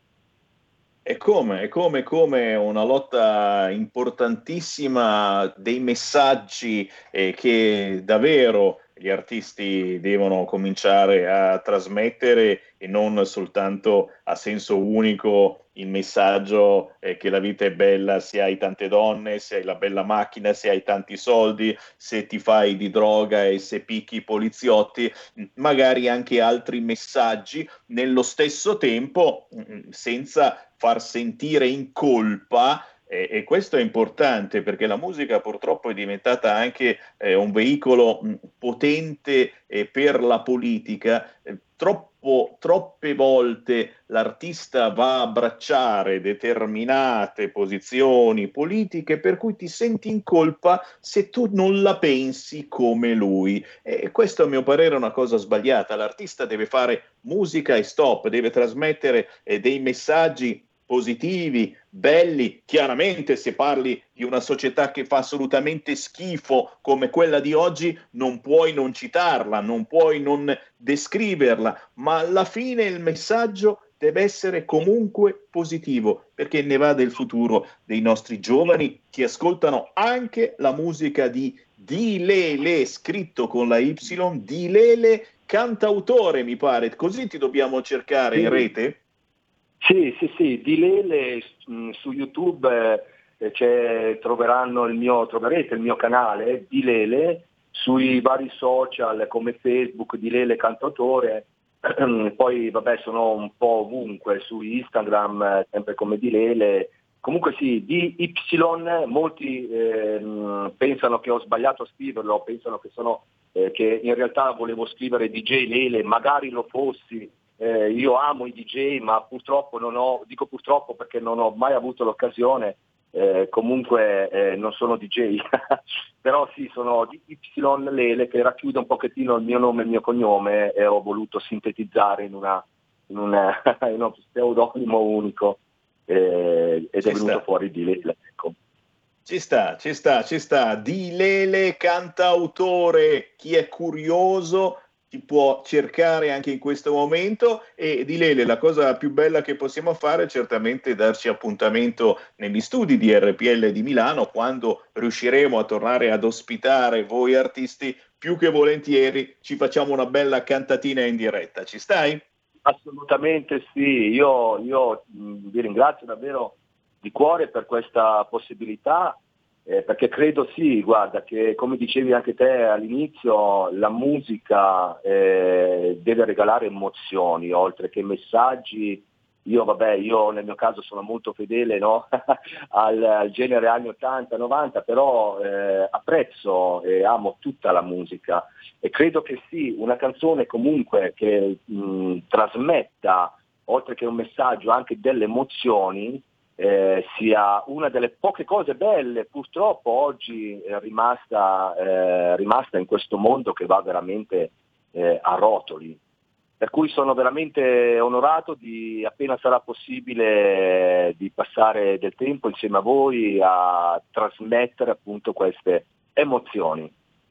È come, è come, come una lotta importantissima dei messaggi eh, che davvero gli artisti devono cominciare a trasmettere e non soltanto a senso unico il messaggio eh, che la vita è bella se hai tante donne, se hai la bella macchina, se hai tanti soldi, se ti fai di droga e se picchi i poliziotti, magari anche altri messaggi nello stesso tempo senza far sentire in colpa. E, e questo è importante perché la musica purtroppo è diventata anche eh, un veicolo mh, potente eh, per la politica. Eh, troppo, troppe volte l'artista va a abbracciare determinate posizioni politiche per cui ti senti in colpa se tu non la pensi come lui. E questo a mio parere è una cosa sbagliata. L'artista deve fare musica e stop, deve trasmettere eh, dei messaggi positivi, belli. Chiaramente se parli di una società che fa assolutamente schifo come quella di oggi non puoi non citarla, non puoi non descriverla, ma alla fine il messaggio deve essere comunque positivo perché ne va del futuro dei nostri giovani che ascoltano anche la musica di Di Lele, scritto con la Y, Di Lele cantautore mi pare, così ti dobbiamo cercare in rete? Sì, sì, sì, Di Lele mh, su YouTube eh, c'è, troveranno il mio, troverete il mio canale Di Lele, sui vari social come Facebook Di Lele cantautore, poi vabbè sono un po' ovunque, su Instagram sempre come Di Lele, comunque sì, D Y, molti eh, pensano che ho sbagliato a scriverlo, pensano che, sono, eh, che in realtà volevo scrivere D J Lele, magari lo fossi. Eh, io amo i D J, ma purtroppo non ho, dico purtroppo perché non ho mai avuto l'occasione, eh, comunque eh, non sono D J, però sì, sono D Y Lele che racchiude un pochettino il mio nome e il mio cognome e ho voluto sintetizzare in, una, in, una, in uno pseudonimo unico eh, ed è venuto fuori Di Lele. Ecco. Ci sta, ci sta, ci sta. Di Lele, cantautore, chi è curioso ti può cercare anche in questo momento. E Di Lele, la cosa più bella che possiamo fare è certamente darci appuntamento negli studi di R P L di Milano, quando riusciremo a tornare ad ospitare voi artisti. Più che volentieri ci facciamo una bella cantatina in diretta, ci stai? Assolutamente sì, io, io mh, vi ringrazio davvero di cuore per questa possibilità, eh, perché credo sì, guarda, che come dicevi anche te all'inizio, la musica eh, deve regalare emozioni, oltre che messaggi. Io vabbè, io nel mio caso sono molto fedele, no? al, al genere anni ottanta novanta, però eh, apprezzo e amo tutta la musica e credo che sì, una canzone comunque che mh, trasmetta, oltre che un messaggio, anche delle emozioni, eh, sia una delle poche cose belle purtroppo oggi è rimasta, eh, rimasta in questo mondo che va veramente eh, a rotoli. Per cui sono veramente onorato di, appena sarà possibile, di passare del tempo insieme a voi a trasmettere appunto queste emozioni.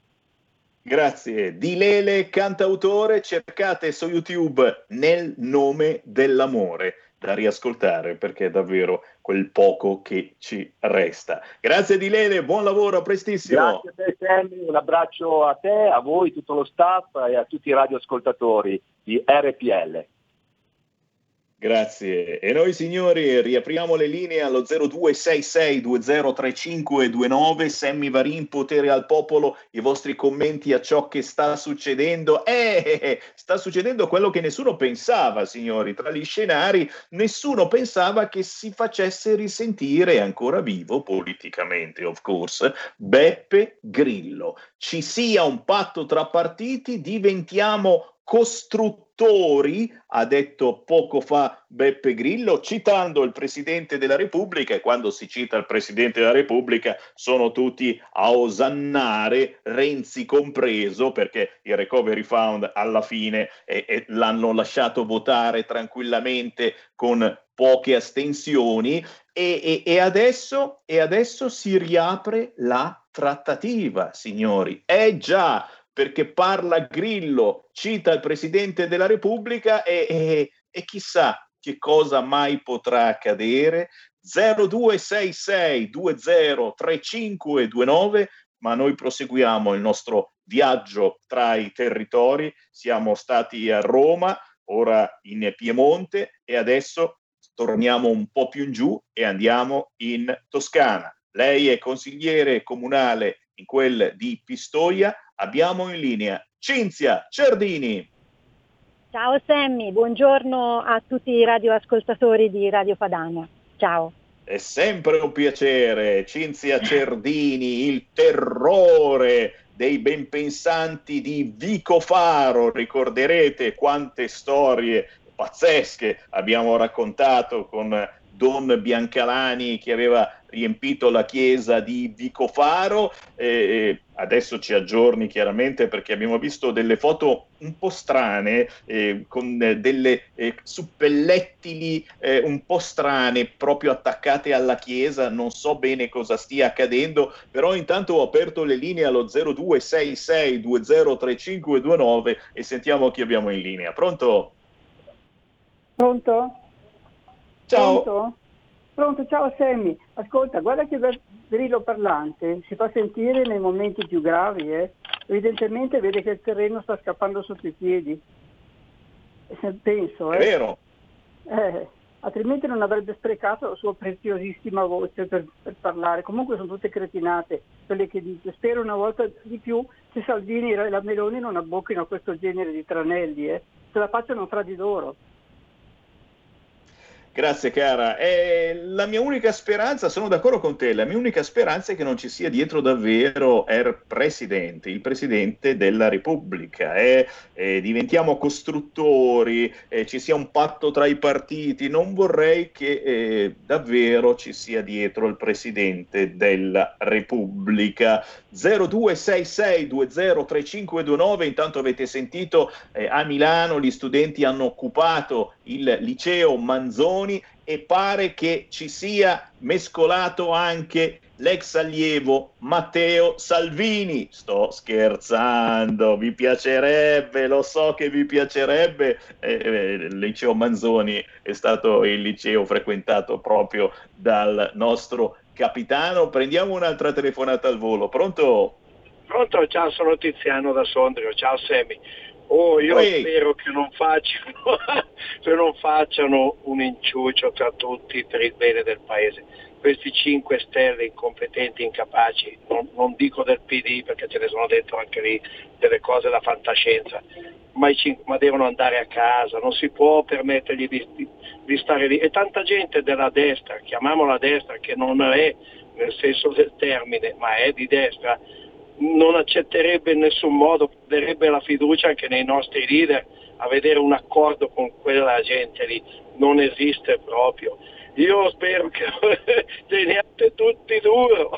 Grazie. Di Lele, cantautore, cercate su YouTube Nel nome dell'amore, da riascoltare perché è davvero quel poco che ci resta. Grazie Di Lele, buon lavoro, a prestissimo. Grazie a te Sammy, un abbraccio a te, a voi, tutto lo staff e a tutti i radioascoltatori di R P L. Grazie. E noi signori riapriamo le linee allo zero due sei sei due zero tre cinque due nove. Sammy Varin, potere al popolo, i vostri commenti a ciò che sta succedendo. Eh, sta succedendo quello che nessuno pensava, signori. Tra gli scenari nessuno pensava che si facesse risentire, ancora vivo politicamente, of course, Beppe Grillo. Ci sia un patto tra partiti, diventiamo costruttori, ha detto poco fa Beppe Grillo, citando il Presidente della Repubblica, e quando si cita il Presidente della Repubblica sono tutti a osannare, Renzi compreso, perché il Recovery Fund alla fine eh, eh, l'hanno lasciato votare tranquillamente con poche astensioni e, e, e, adesso, e adesso si riapre la trattativa, signori. Eh già, perché parla Grillo, cita il Presidente della Repubblica e, e, e chissà che cosa mai potrà accadere. zero due sei sei due zero tre cinque due nove, ma noi proseguiamo il nostro viaggio tra i territori. Siamo stati a Roma, ora in Piemonte e adesso torniamo un po' più in giù e andiamo in Toscana. Lei è consigliere comunale in quel di Pistoia. Abbiamo in linea Cinzia Cerdini. Ciao Sammy, buongiorno a tutti i radioascoltatori di Radio Padania. Ciao. È sempre un piacere. Cinzia Cerdini, il terrore dei benpensanti di Vicofaro. Ricorderete quante storie pazzesche abbiamo raccontato con Don Biancalani che aveva riempito la chiesa di Vicofaro. Eh, adesso ci aggiorni chiaramente perché abbiamo visto delle foto un po' strane eh, con delle eh, suppellettili eh, un po' strane proprio attaccate alla chiesa. Non so bene cosa stia accadendo, però intanto ho aperto le linee allo zero due sei sei due zero tre cinque due nove e sentiamo chi abbiamo in linea. Pronto? Pronto? Ciao. Pronto? Pronto, ciao Sammy. Ascolta, guarda che bel grillo parlante, si fa sentire nei momenti più gravi, eh. Evidentemente vede che il terreno sta scappando sotto i piedi. Penso, eh. È vero. Eh, altrimenti non avrebbe sprecato la sua preziosissima voce per, per parlare. Comunque sono tutte cretinate quelle che dice. Spero una volta di più che Salvini e la Meloni non abbocchino questo genere di tranelli, eh. Se la facciano fra di loro. Grazie cara, è la mia unica speranza, sono d'accordo con te, la mia unica speranza è che non ci sia dietro davvero il Presidente, il Presidente della Repubblica, eh? Eh, diventiamo costruttori, eh, ci sia un patto tra i partiti, non vorrei che eh, davvero ci sia dietro il Presidente della Repubblica. zero due sei sei due zero tre cinque due nove, intanto avete sentito eh, a Milano gli studenti hanno occupato il liceo Manzoni e pare che ci sia mescolato anche l'ex allievo Matteo Salvini. Sto scherzando, vi piacerebbe, lo so che vi piacerebbe. Eh, eh, il liceo Manzoni è stato il liceo frequentato proprio dal nostro capitano. Prendiamo un'altra telefonata al volo. Pronto? Pronto, ciao, sono Tiziano da Sondrio. Ciao Semi. Oh, io Ehi. spero che non facciano che non facciano un inciucio tra tutti per il bene del paese. Questi cinque Stelle incompetenti, incapaci, non, non dico del P D perché ce ne sono dentro anche lì delle cose da fantascienza, ma, i cinque, ma devono andare a casa, non si può permettergli di, di, di stare lì. E tanta gente della destra, chiamiamola destra, che non è nel senso del termine, ma è di destra, non accetterebbe in nessun modo, darebbe la fiducia anche nei nostri leader a vedere un accordo con quella gente lì. Non esiste proprio. Io spero che teniate tutti duro,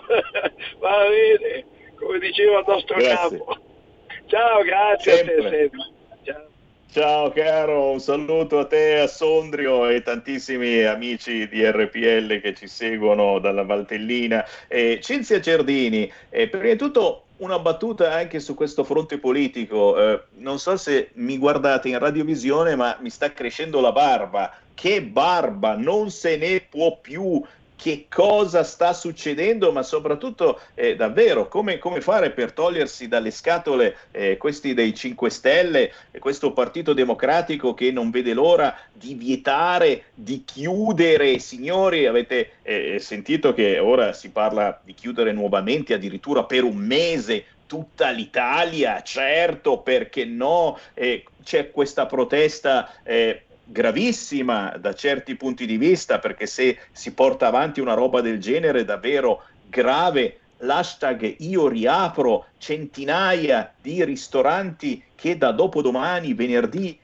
va bene, come diceva il nostro Grazie. capo. Ciao, grazie Sempre. a te sempre. Ciao. Ciao caro, un saluto a te, a Sondrio e tantissimi amici di R P L che ci seguono dalla Valtellina. Eh, Cinzia Cerdini, eh, prima di tutto una battuta anche su questo fronte politico. Eh, non so se mi guardate in radiovisione, ma mi sta crescendo la barba. Che barba, non se ne può più. Che cosa sta succedendo, ma soprattutto eh, davvero come, come fare per togliersi dalle scatole eh, questi dei cinque Stelle, eh, questo Partito Democratico che non vede l'ora di vietare, di chiudere. Signori, avete eh, sentito che ora si parla di chiudere nuovamente addirittura per un mese tutta l'Italia, certo, perché no, eh, c'è questa protesta eh, gravissima da certi punti di vista, perché se si porta avanti una roba del genere è davvero grave. L'hashtag io riapro, centinaia di ristoranti che da dopodomani, venerdì,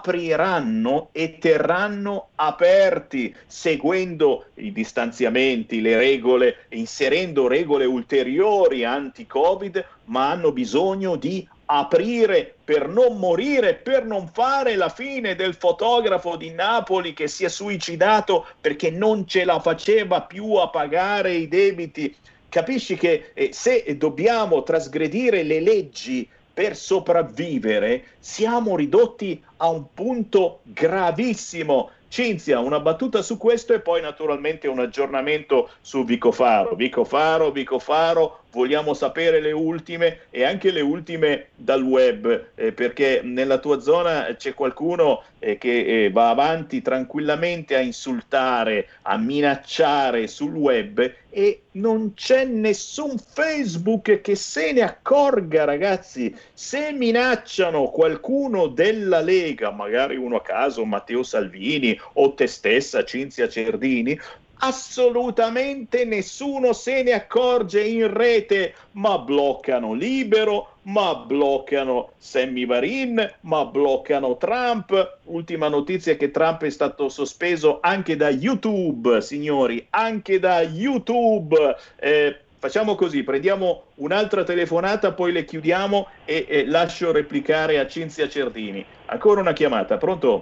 apriranno e terranno aperti, seguendo i distanziamenti, le regole, inserendo regole ulteriori anti-Covid, ma hanno bisogno di aprire per non morire, per non fare la fine del fotografo di Napoli che si è suicidato perché non ce la faceva più a pagare i debiti. Capisci che eh, se dobbiamo trasgredire le leggi per sopravvivere, siamo ridotti a un punto gravissimo. Cinzia, una battuta su questo e poi naturalmente un aggiornamento su Vico Faro. Vico Faro, Vico Faro, vogliamo sapere le ultime e anche le ultime dal web, eh, perché nella tua zona c'è qualcuno eh, che eh, va avanti tranquillamente a insultare, a minacciare sul web e non c'è nessun Facebook che se ne accorga, ragazzi. Se minacciano qualcuno della Lega, magari uno a caso, Matteo Salvini o te stessa, Cinzia Cerdini, assolutamente nessuno se ne accorge in rete, ma bloccano Libero, ma bloccano Sammy Varin, ma bloccano Trump. Ultima notizia è che Trump è stato sospeso anche da YouTube, signori, anche da YouTube. Eh, facciamo così, prendiamo un'altra telefonata, poi le chiudiamo e, e lascio replicare a Cinzia Cerdini. Ancora una chiamata, pronto?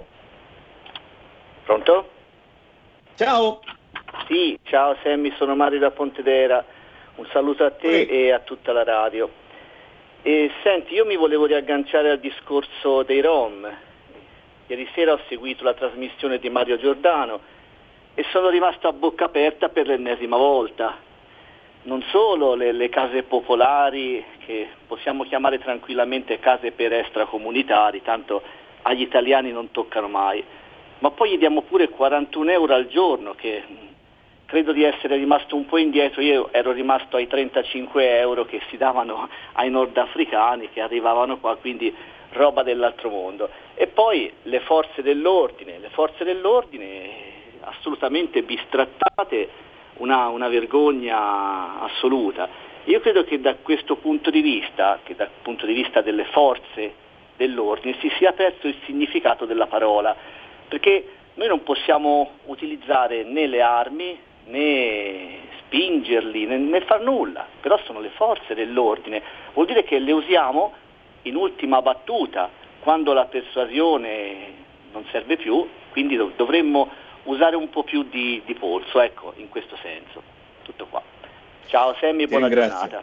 Pronto? Ciao. Sì, ciao Sammy, sono Mario da Pontedera, un saluto a te Sì. e a tutta la radio. E senti, io mi volevo riagganciare al discorso dei Rom. Ieri sera ho seguito la trasmissione di Mario Giordano e sono rimasto a bocca aperta per l'ennesima volta. Non solo le, le case popolari, che possiamo chiamare tranquillamente case per extracomunitari, tanto agli italiani non toccano mai, ma poi gli diamo pure quarantuno euro al giorno, che credo di essere rimasto un po' indietro. Io ero rimasto ai trentacinque euro che si davano ai nordafricani che arrivavano qua, quindi roba dell'altro mondo. E poi le forze dell'ordine, le forze dell'ordine assolutamente bistrattate, una, una vergogna assoluta. Io credo che da questo punto di vista, che dal punto di vista delle forze dell'ordine, si sia perso il significato della parola, perché noi non possiamo utilizzare né le armi né spingerli né, né far nulla, però sono le forze dell'ordine, vuol dire che le usiamo in ultima battuta, quando la persuasione non serve più, quindi dov- dovremmo usare un po' più di, di polso, ecco, in questo senso. Tutto qua. Ciao Sammy, Ti buona ringrazio. giornata.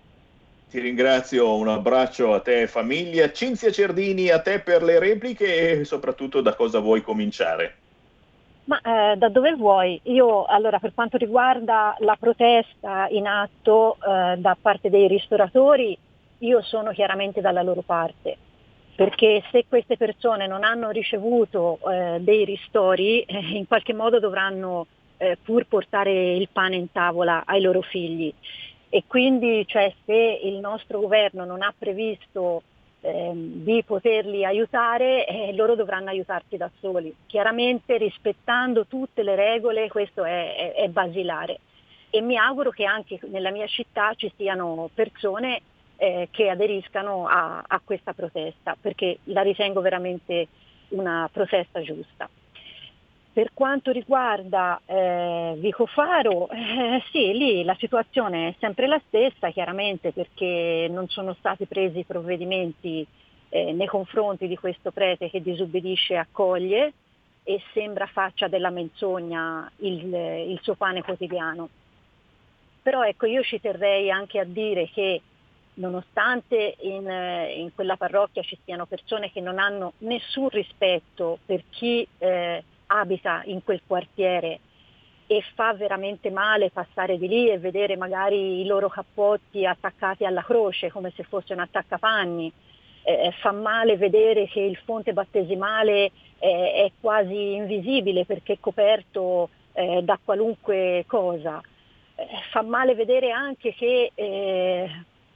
Ti ringrazio, un abbraccio a te famiglia. Cinzia Cerdini, a te per le repliche e soprattutto da cosa vuoi cominciare? Ma eh, da dove vuoi? Io allora per quanto riguarda la protesta in atto eh, da parte dei ristoratori, io sono chiaramente dalla loro parte, perché se queste persone non hanno ricevuto eh, dei ristori, eh, in qualche modo dovranno eh, pur portare il pane in tavola ai loro figli. E quindi cioè, se il nostro governo non ha previsto ehm, di poterli aiutare, eh, loro dovranno aiutarsi da soli, chiaramente rispettando tutte le regole, questo è, è, è basilare. E mi auguro che anche nella mia città ci siano persone eh, che aderiscano a, a questa protesta, perché la ritengo veramente una protesta giusta. Per quanto riguarda eh, Vicofaro, eh, sì, lì la situazione è sempre la stessa, chiaramente perché non sono stati presi provvedimenti eh, nei confronti di questo prete che disubbidisce e accoglie e sembra faccia della menzogna il, il suo pane quotidiano. Però ecco, io ci terrei anche a dire che nonostante in, in quella parrocchia ci siano persone che non hanno nessun rispetto per chi eh, abita in quel quartiere e fa veramente male passare di lì e vedere magari i loro cappotti attaccati alla croce come se fosse un attaccapanni, eh, fa male vedere che il fonte battesimale eh, è quasi invisibile perché è coperto eh, da qualunque cosa, eh, fa male vedere anche che eh,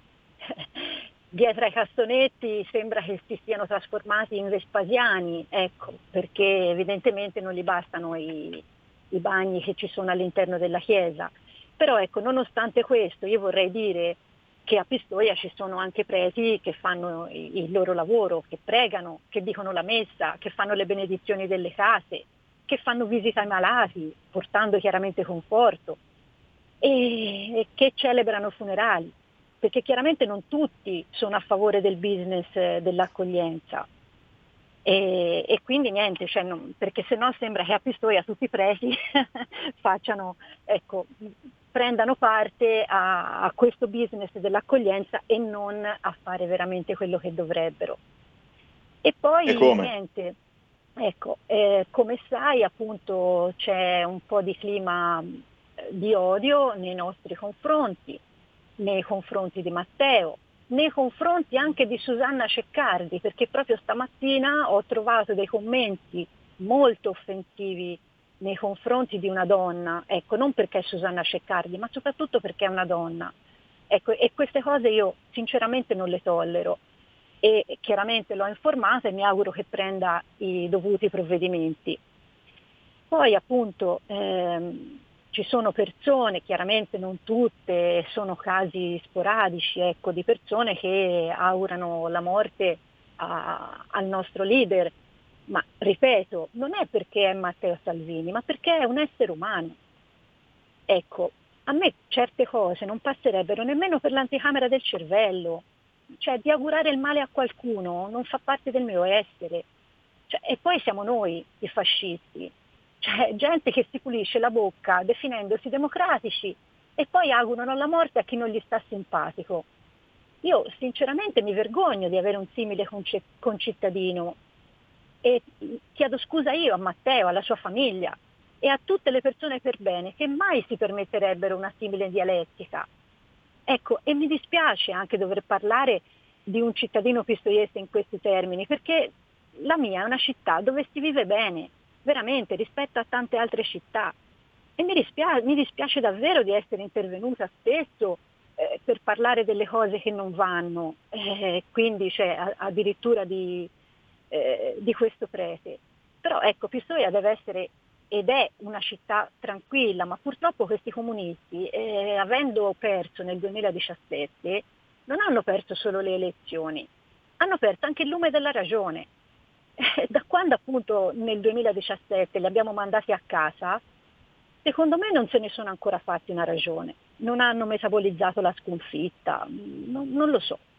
dietro ai cassonetti sembra che si siano trasformati in Vespasiani, ecco, perché evidentemente non gli bastano i, i bagni che ci sono all'interno della chiesa. Però ecco, nonostante questo, io vorrei dire che a Pistoia ci sono anche preti che fanno il loro lavoro, che pregano, che dicono la messa, che fanno le benedizioni delle case, che fanno visita ai malati, portando chiaramente conforto, e, e che celebrano funerali. Perché chiaramente non tutti sono a favore del business eh, dell'accoglienza e, e quindi niente, cioè non, perché sennò sembra che a Pistoia tutti i preti facciano, ecco, prendano parte a, a questo business dell'accoglienza e non a fare veramente quello che dovrebbero. E poi e come? niente, ecco, eh, come sai appunto c'è un po' di clima di odio nei nostri confronti, nei confronti di Matteo, nei confronti anche di Susanna Ceccardi, perché proprio stamattina ho trovato dei commenti molto offensivi nei confronti di una donna, ecco, non perché è Susanna Ceccardi, ma soprattutto perché è una donna. Ecco, e queste cose io sinceramente non le tollero e chiaramente l'ho informata e mi auguro che prenda i dovuti provvedimenti. Poi appunto ehm, ci sono persone, chiaramente non tutte, sono casi sporadici, ecco, di persone che augurano la morte a, al nostro leader, ma ripeto, non è perché è Matteo Salvini, ma perché è un essere umano. Ecco, a me certe cose non passerebbero nemmeno per l'anticamera del cervello, cioè di augurare il male a qualcuno non fa parte del mio essere. Cioè, e poi siamo noi i fascisti. Cioè, gente che si pulisce la bocca definendosi democratici e poi augurano la morte a chi non gli sta simpatico. Io sinceramente mi vergogno di avere un simile conci- concittadino e chiedo scusa io a Matteo, alla sua famiglia e a tutte le persone per bene che mai si permetterebbero una simile dialettica. Ecco, e mi dispiace anche dover parlare di un cittadino pistoiese in questi termini, perché la mia è una città dove si vive bene, veramente, rispetto a tante altre città. E mi dispiace, mi dispiace davvero di essere intervenuta spesso eh, per parlare delle cose che non vanno, eh, quindi cioè, a, addirittura di, eh, di questo prete. Però ecco, Pistoia deve essere ed è una città tranquilla, ma purtroppo questi comunisti, eh, avendo perso nel duemiladiciassette, non hanno perso solo le elezioni, hanno perso anche il lume della ragione. Da quando appunto nel duemiladiciassette li abbiamo mandati a casa, secondo me non se ne sono ancora fatti una ragione, non hanno metabolizzato la sconfitta, non, non lo so.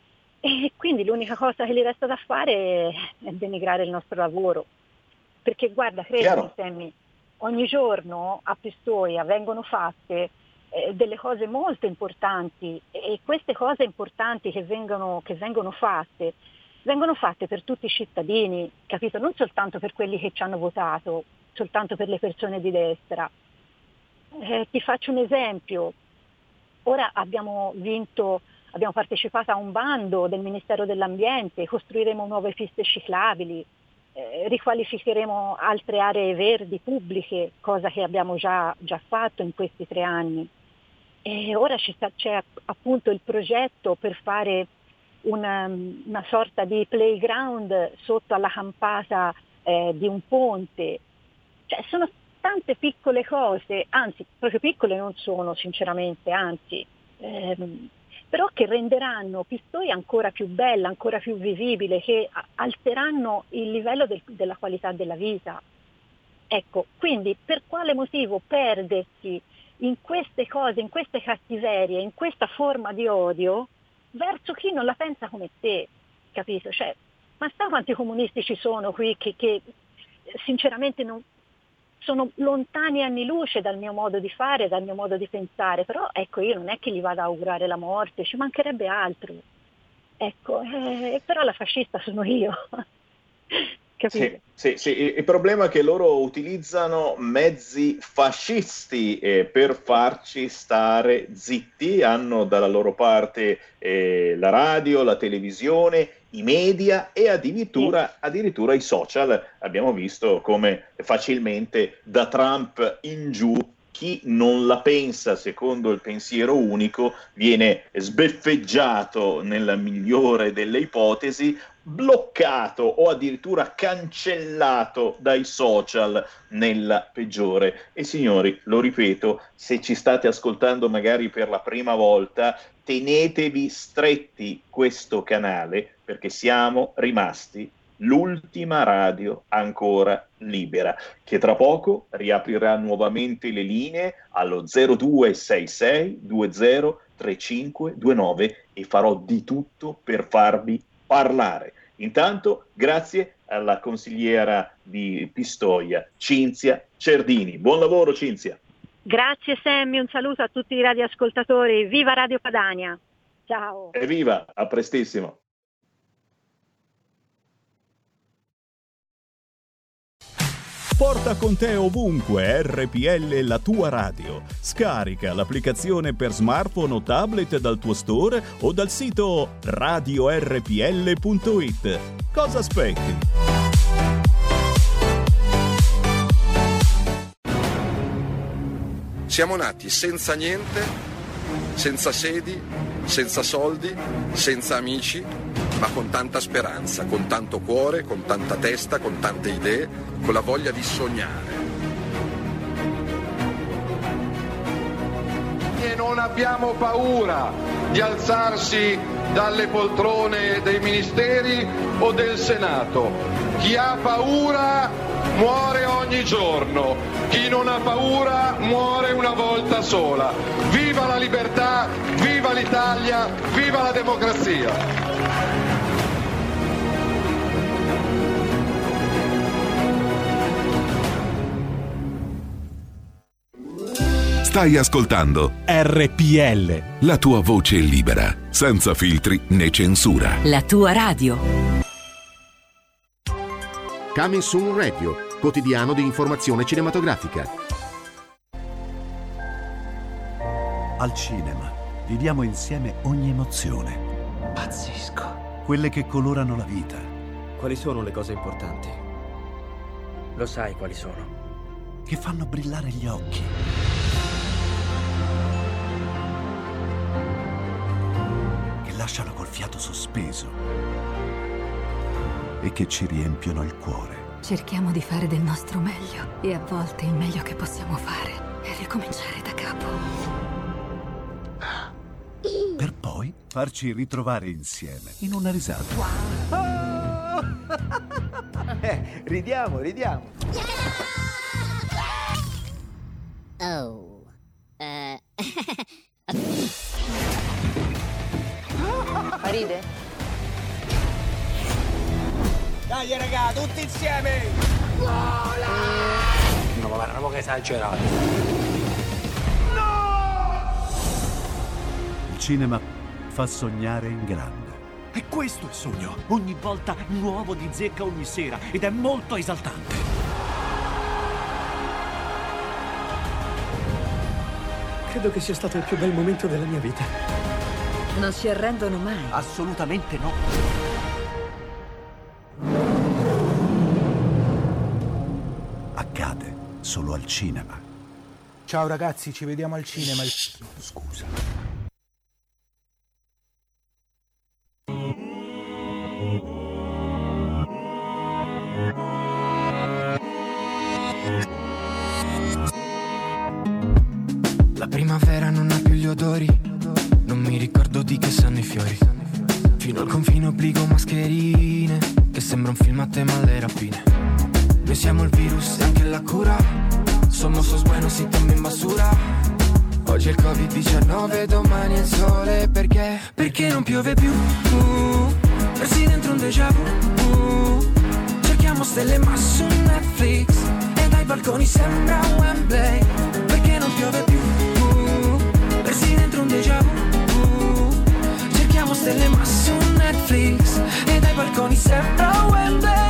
E quindi l'unica cosa che gli resta da fare è denigrare il nostro lavoro. Perché guarda, credimi Sammy, ogni giorno a Pistoia vengono fatte eh, delle cose molto importanti e queste cose importanti che vengono, che vengono fatte vengono fatte per tutti i cittadini, capito? Non soltanto per quelli che ci hanno votato, soltanto per le persone di destra. Eh, ti faccio un esempio. Ora abbiamo vinto, abbiamo partecipato a un bando del Ministero dell'Ambiente, costruiremo nuove piste ciclabili, eh, riqualificheremo altre aree verdi pubbliche, cosa che abbiamo già, già fatto in questi tre anni. E ora c'è, c'è appunto il progetto per fare una, una sorta di playground sotto alla campata eh, di un ponte. Cioè, sono tante piccole cose, anzi proprio piccole non sono sinceramente, anzi, ehm, però che renderanno Pistoia ancora più bella, ancora più vivibile, che alzeranno il livello del, della qualità della vita. Ecco, quindi per quale motivo perdersi in queste cose, in queste cattiverie, in questa forma di odio verso chi non la pensa come te, capito? Cioè, ma sa quanti comunisti ci sono qui che, che sinceramente non, sono lontani anni luce dal mio modo di fare, dal mio modo di pensare, però ecco, io non è che gli vado a augurare la morte, ci mancherebbe altro. Ecco, eh, però la fascista sono io. Sì, sì, sì. Il problema è che loro utilizzano mezzi fascisti eh, per farci stare zitti, hanno dalla loro parte eh, la radio, la televisione, i media e addirittura, addirittura i social. Abbiamo visto come facilmente da Trump in giù chi non la pensa secondo il pensiero unico viene sbeffeggiato nella migliore delle ipotesi, bloccato o addirittura cancellato dai social nella peggiore. E signori, lo ripeto, se ci state ascoltando magari per la prima volta, tenetevi stretti questo canale perché siamo rimasti l'ultima radio ancora libera, che tra poco riaprirà nuovamente le linee allo zero due sei sei due zero tre cinque due nove e farò di tutto per farvi parlare. Intanto, grazie alla consigliera di Pistoia, Cinzia Cerdini. Buon lavoro, Cinzia. Grazie Sammy, un saluto a tutti i radioascoltatori. Viva Radio Padania. Ciao. Evviva, a prestissimo. Porta con te ovunque R P L, la tua radio. Scarica l'applicazione per smartphone o tablet dal tuo store o dal sito radio R P L punto it. Cosa aspetti? Siamo nati senza niente, senza sedi, senza soldi, senza amici, ma con tanta speranza, con tanto cuore, con tanta testa, con tante idee, con la voglia di sognare. E non abbiamo paura di alzarsi dalle poltrone dei ministeri o del Senato. Chi ha paura muore ogni giorno, chi non ha paura muore una volta sola. Viva la libertà, viva l'Italia, viva la democrazia! Stai ascoltando R P L, la tua voce libera, senza filtri né censura. La tua radio. Coming Soon Radio, quotidiano di informazione cinematografica. Al cinema viviamo insieme ogni emozione. Pazzesco. Quelle che colorano la vita. Quali sono le cose importanti? Lo sai quali sono. Che fanno brillare gli occhi. Che lasciano col fiato sospeso. E che ci riempiono il cuore. Cerchiamo di fare del nostro meglio e a volte il meglio che possiamo fare è ricominciare da capo. Per poi farci ritrovare insieme in una risata. Oh! eh, ridiamo, ridiamo. Oh. Uh. Ride? Dai raga, tutti insieme! Non guarda, una poca esagerato. Il cinema fa sognare in grande. E questo è il sogno. Ogni volta nuovo di zecca ogni sera ed è molto esaltante. Credo che sia stato il più bel momento della mia vita. Non si arrendono mai. Assolutamente no. Accade solo al cinema. Ciao ragazzi, ci vediamo al cinema. Scusa. La primavera non ha più gli odori, non mi ricordo di che sanno i fiori. Fino al confine obbligo mascherine, che sembra un film a tema alle rapine. Noi siamo il virus e anche la cura, somos los buenos y también basura. Oggi è il covid diciannove, domani è il sole, perché? Perché non piove più, uh, persi dentro un déjà vu, uh, cerchiamo stelle ma su Netflix, e dai balconi sembra Wembley. Perché non piove più, persi dentro un déjà vu, uh, cerchiamo stelle ma su Netflix, e dai balconi sembra Wembley.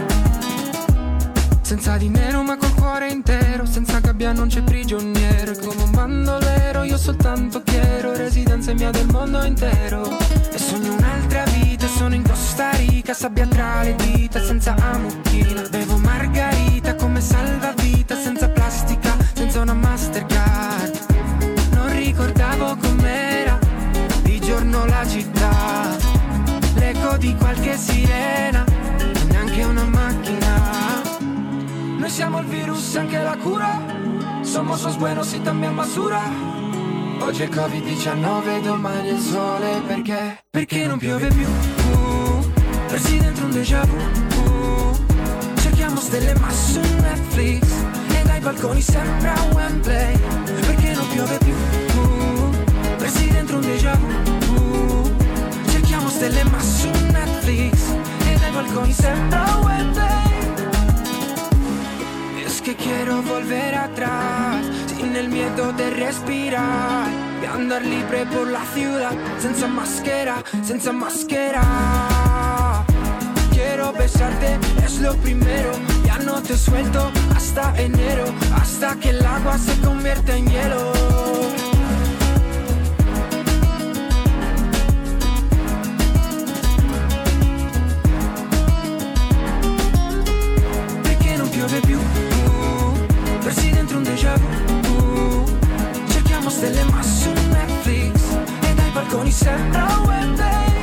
Senza dinero ma col cuore intero, senza gabbia non c'è prigioniero, come un bandolero io soltanto chiedo residenza mia del mondo intero. E sogno un'altra vita, sono in Costa Rica, sabbia tra le dita, senza ammucchina, bevo margarita come salvavita, senza plastica, senza una Mastercard. Ricordavo com'era di giorno la città, l'eco di qualche sirena e neanche una macchina. Noi siamo il virus e anche la cura, somos los buenos y también basura. Oggi è covid diciannove, domani è il sole, perché? Perché non piove più, uh, persi dentro un déjà vu, uh, cerchiamo stelle ma su Netflix, e dai balconi sembra Wembley. Perché non piove più, persi dentro un déjà vu, uh, cerchiamo stelle ma su Netflix, e dai balconi sembra Wembley. Es que quiero volver atrás, sin el miedo de respirar, de andar libre por la ciudad, senza maschera, senza maschera. Quiero besarte, es lo primero, ya no te suelto hasta enero, hasta que el agua se convierta en hielo. Piove più, uh, persi dentro un déjà vu, uh, cerchiamo stelle ma su Netflix, e dai balconi sembra Wembley.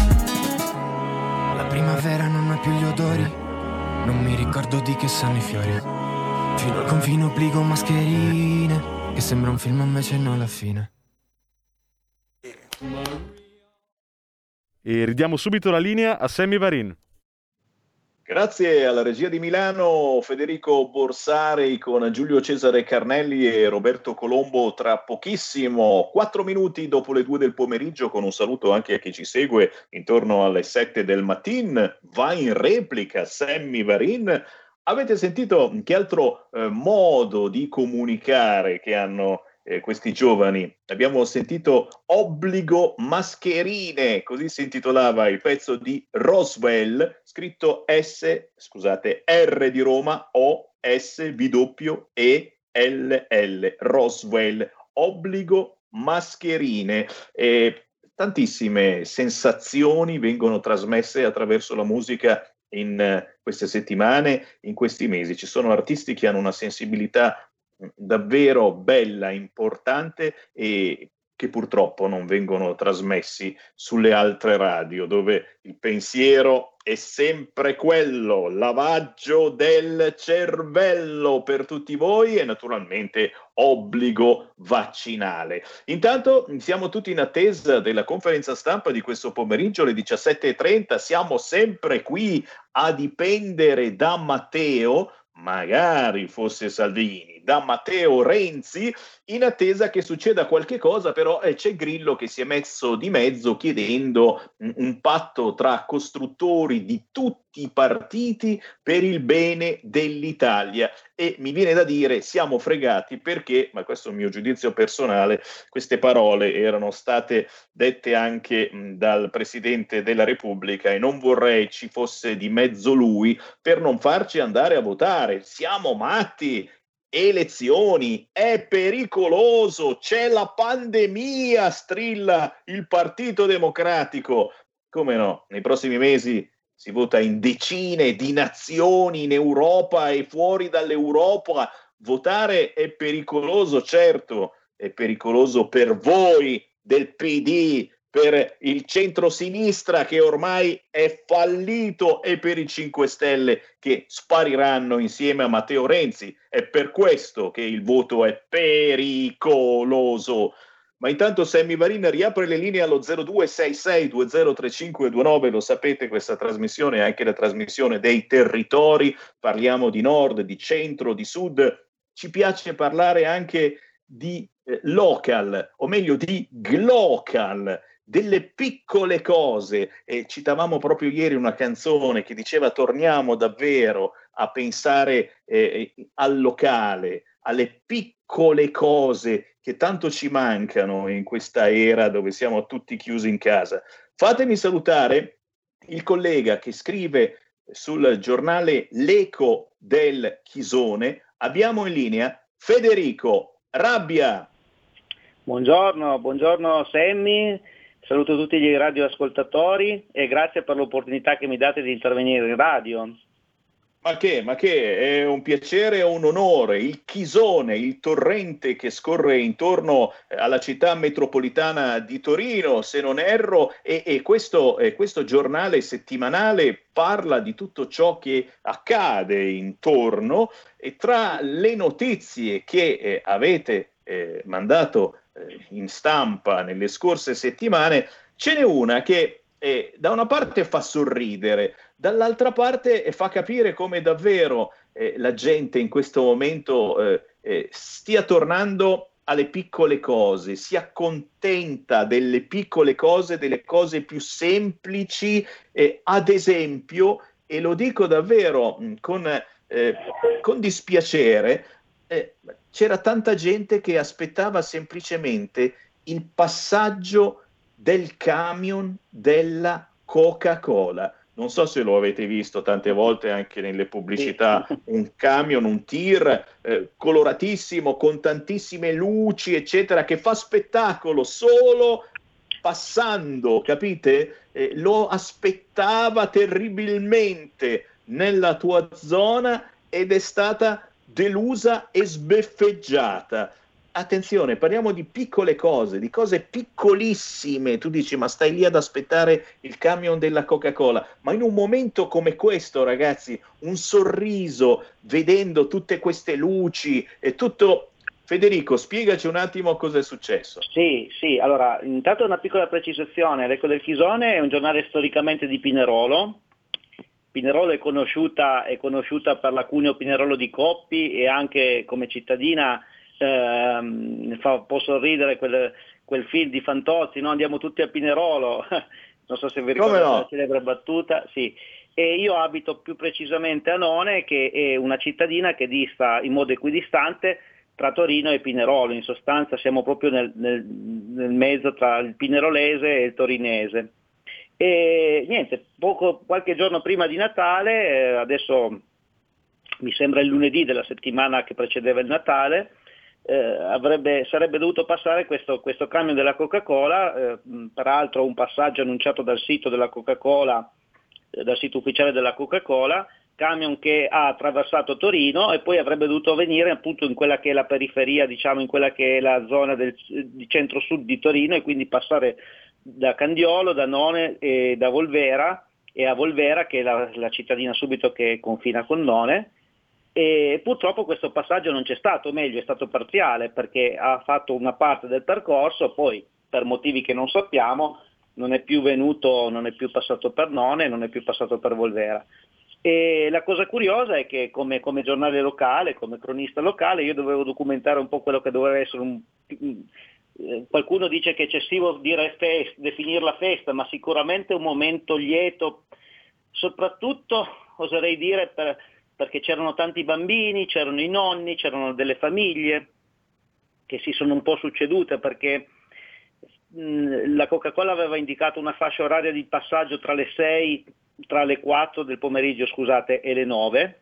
La primavera non ha più gli odori, non mi ricordo di che sanno i fiori. Fino al confine obbligo mascherine, che sembra un film invece no alla fine. E ridiamo subito la linea a Sammy Varin. Grazie alla regia di Milano, Federico Borsari con Giulio Cesare Carnelli e Roberto Colombo tra pochissimo, quattro minuti dopo le due del pomeriggio, con un saluto anche a chi ci segue intorno alle sette del mattino. Va in replica Sammy Varin. Avete sentito che altro eh, modo di comunicare che hanno eh, questi giovani? Abbiamo sentito obbligo mascherine, così si intitolava il pezzo di Roswell, scritto S, scusate, R di Roma, O, S, W, E, L, L, Roswell, obbligo mascherine. E tantissime sensazioni vengono trasmesse attraverso la musica in uh, queste settimane, in questi mesi. Ci sono artisti che hanno una sensibilità davvero bella, importante, e che purtroppo non vengono trasmessi sulle altre radio, dove il pensiero è sempre quello, lavaggio del cervello per tutti voi e naturalmente obbligo vaccinale. Intanto siamo tutti in attesa della conferenza stampa di questo pomeriggio alle diciassette e trenta, siamo sempre qui a dipendere da Matteo, magari fosse Salvini, da Matteo Renzi, in attesa che succeda qualche cosa, però eh, c'è Grillo che si è messo di mezzo chiedendo un, un patto tra costruttori di tutti i partiti per il bene dell'Italia, e mi viene da dire siamo fregati perché, ma questo è un mio giudizio personale, queste parole erano state dette anche mh, dal Presidente della Repubblica e non vorrei ci fosse di mezzo lui per non farci andare a votare. Siamo matti, elezioni, è pericoloso, c'è la pandemia, strilla il Partito Democratico. Come no, nei prossimi mesi si vota in decine di nazioni in Europa e fuori dall'Europa. Votare è pericoloso, certo, è pericoloso per voi del P D, per il centro-sinistra che ormai è fallito e per i cinque Stelle che spariranno insieme a Matteo Renzi. È per questo che il voto è pericoloso. Ma intanto Sammy Varin riapre le linee allo zero due sei sei due zero tre cinque due nove, lo sapete, questa trasmissione è anche la trasmissione dei territori, parliamo di nord, di centro, di sud, ci piace parlare anche di eh, local, o meglio di glocal, delle piccole cose, e citavamo proprio ieri una canzone che diceva torniamo davvero a pensare eh, al locale, alle piccole cose che tanto ci mancano in questa era dove siamo tutti chiusi in casa. Fatemi salutare il collega che scrive sul giornale L'Eco del Chisone. Abbiamo in linea Federico Rabbia. Buongiorno, buongiorno Sammy, saluto tutti gli radioascoltatori e grazie per l'opportunità che mi date di intervenire in radio. Ma che, ma che, è un piacere e un onore. Il Chisone, il torrente che scorre intorno alla città metropolitana di Torino, se non erro, e, e questo, e questo giornale settimanale parla di tutto ciò che accade intorno, e tra le notizie che eh, avete eh, mandato eh, in stampa nelle scorse settimane, ce n'è una che eh, da una parte fa sorridere, dall'altra parte eh, fa capire come davvero eh, la gente in questo momento eh, eh, stia tornando alle piccole cose, si accontenta delle piccole cose, delle cose più semplici, eh, ad esempio, e lo dico davvero mh, con, eh, con dispiacere, eh, c'era tanta gente che aspettava semplicemente il passaggio del camion della Coca-Cola. Non so se lo avete visto tante volte anche nelle pubblicità, un camion, un tir eh, coloratissimo con tantissime luci eccetera, che fa spettacolo solo passando, capite? Eh, lo aspettava terribilmente nella tua zona ed è stata delusa e sbeffeggiata. Attenzione, parliamo di piccole cose, di cose piccolissime. Tu dici, ma stai lì ad aspettare il camion della Coca-Cola, ma in un momento come questo, ragazzi, un sorriso, vedendo tutte queste luci e tutto. Federico, spiegaci un attimo cosa è successo. Sì, sì, allora, intanto una piccola precisazione, l'Eco del Chisone è un giornale storicamente di Pinerolo. Pinerolo è conosciuta, è conosciuta per l'Acuneo Pinerolo di Coppi e anche come cittadina. Eh, fa un po' sorridere quel, quel film di Fantozzi, no? Andiamo tutti a Pinerolo, non so se vi ricordate no? La celebre battuta, sì. E io abito più precisamente a None, che è una cittadina che dista in modo equidistante tra Torino e Pinerolo, in sostanza siamo proprio nel, nel, nel mezzo tra il pinerolese e il torinese. E niente, poco, qualche giorno prima di Natale, eh, adesso mi sembra il lunedì della settimana che precedeva il Natale, Eh, avrebbe, sarebbe dovuto passare questo, questo camion della Coca-Cola, eh, peraltro un passaggio annunciato dal sito della Coca-Cola, eh, dal sito ufficiale della Coca-Cola, camion che ha attraversato Torino e poi avrebbe dovuto venire appunto in quella che è la periferia, diciamo in quella che è la zona del di centro-sud di Torino, e quindi passare da Candiolo, da None e da Volvera, e a Volvera che è la, la cittadina subito che confina con None. E purtroppo questo passaggio non c'è stato, o meglio è stato parziale, perché ha fatto una parte del percorso, poi per motivi che non sappiamo non è più venuto, non è più passato per None, non è più passato per Volvera. E la cosa curiosa è che come, come giornale locale, come cronista locale, io dovevo documentare un po' quello che doveva essere un... Qualcuno dice che è eccessivo dire fest, definirla festa, ma sicuramente un momento lieto, soprattutto oserei dire per, perché c'erano tanti bambini, c'erano i nonni, c'erano delle famiglie che si sono un po' succedute, perché mh, la Coca-Cola aveva indicato una fascia oraria di passaggio tra le sei, tra le quattro del pomeriggio, scusate, e le nove.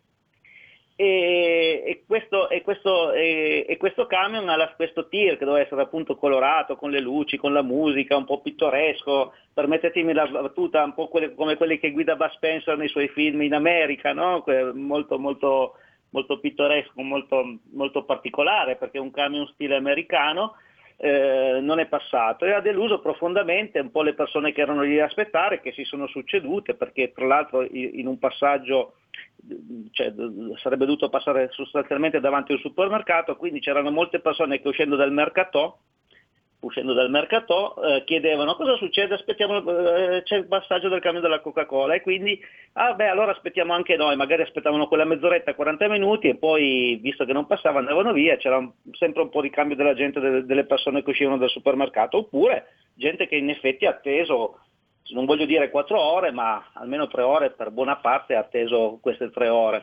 E, e, questo, e, questo, e, e questo camion ha questo tir che doveva essere appunto colorato con le luci, con la musica, un po' pittoresco, permettetemi la battuta, un po' quelle, come quelli che guida Bud Spencer nei suoi film in America, no? molto, molto, molto pittoresco, molto, molto particolare, perché è un camion stile americano. Eh, non è passato e ha deluso profondamente un po' le persone che erano lì a aspettare, che si sono succedute, perché tra l'altro in un passaggio, cioè, sarebbe dovuto passare sostanzialmente davanti a un supermercato, quindi c'erano molte persone che uscendo dal mercato uscendo dal mercato eh, chiedevano cosa succede, aspettiamo, eh, c'è il passaggio del camion della Coca-Cola, e quindi ah beh allora aspettiamo anche noi, magari aspettavano quella mezz'oretta, quaranta minuti, e poi visto che non passava andavano via. C'era un, sempre un po' di cambio della gente, de, delle persone che uscivano dal supermercato, oppure gente che in effetti ha atteso, non voglio dire quattro ore, ma almeno tre ore, per buona parte ha atteso queste tre ore.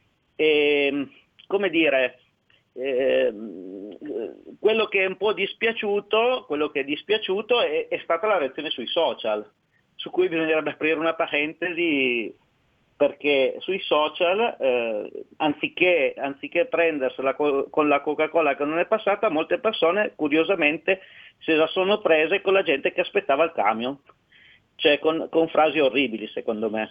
E, come dire, Eh, quello che è un po' dispiaciuto, quello che è dispiaciuto è, è stata la reazione sui social, su cui bisognerebbe aprire una parentesi, perché sui social eh, anziché, anziché prendersela co- con la Coca-Cola che non è passata, molte persone curiosamente se la sono prese con la gente che aspettava il camion, cioè con, con frasi orribili secondo me.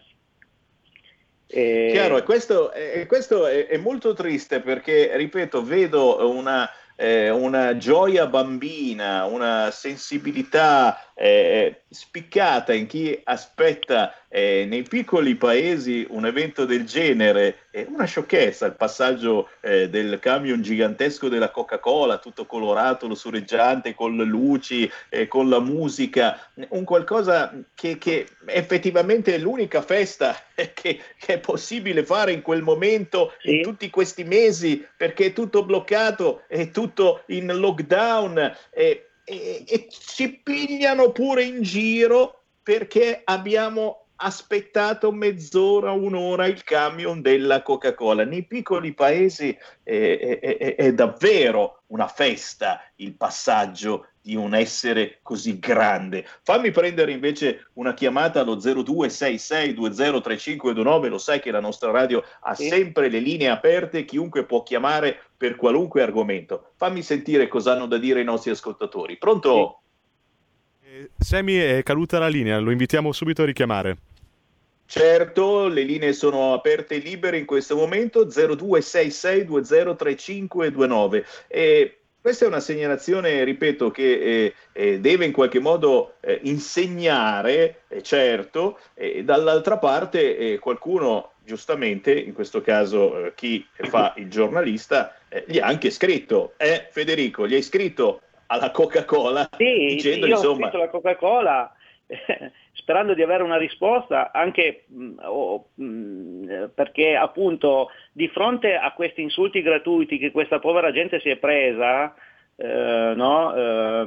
E... Chiaro, e questo, e questo è, è molto triste, perché, ripeto, vedo una, eh, una gioia bambina, una sensibilità eh, spiccata in chi aspetta eh, nei piccoli paesi un evento del genere. È una sciocchezza il passaggio eh, del camion gigantesco della Coca-Cola, tutto colorato, lussureggiante, con le luci, eh, con la musica, un qualcosa che, che effettivamente è l'unica festa che, che è possibile fare in quel momento, sì, in tutti questi mesi, perché è tutto bloccato, è tutto in lockdown, e, e, e ci pigliano pure in giro perché abbiamo aspettato mezz'ora, un'ora il camion della Coca-Cola. Nei piccoli paesi è, è, è, è davvero una festa il passaggio di un essere così grande. Fammi prendere invece una chiamata allo zero due sei sei due zero tre cinque due nove. Lo sai che la nostra radio ha sì. sempre le linee aperte, chiunque può chiamare per qualunque argomento. Fammi sentire cosa hanno da dire i nostri ascoltatori. Pronto? Sì. Eh, Semi, è caduta la linea, lo invitiamo subito a richiamare. Certo, le linee sono aperte e libere in questo momento, zero due sei sei due zero tre cinque due nove. E questa è una segnalazione, ripeto, che eh, eh, deve in qualche modo eh, insegnare, eh, certo, e eh, dall'altra parte eh, qualcuno, giustamente, in questo caso eh, chi fa il giornalista, eh, gli ha anche scritto, eh Federico, gli hai scritto alla Coca-Cola, sì, dicendo sì, io insomma... ho scritto alla Coca-Cola sperando di avere una risposta, anche mh, oh, mh, perché appunto di fronte a questi insulti gratuiti che questa povera gente si è presa, eh, no, eh,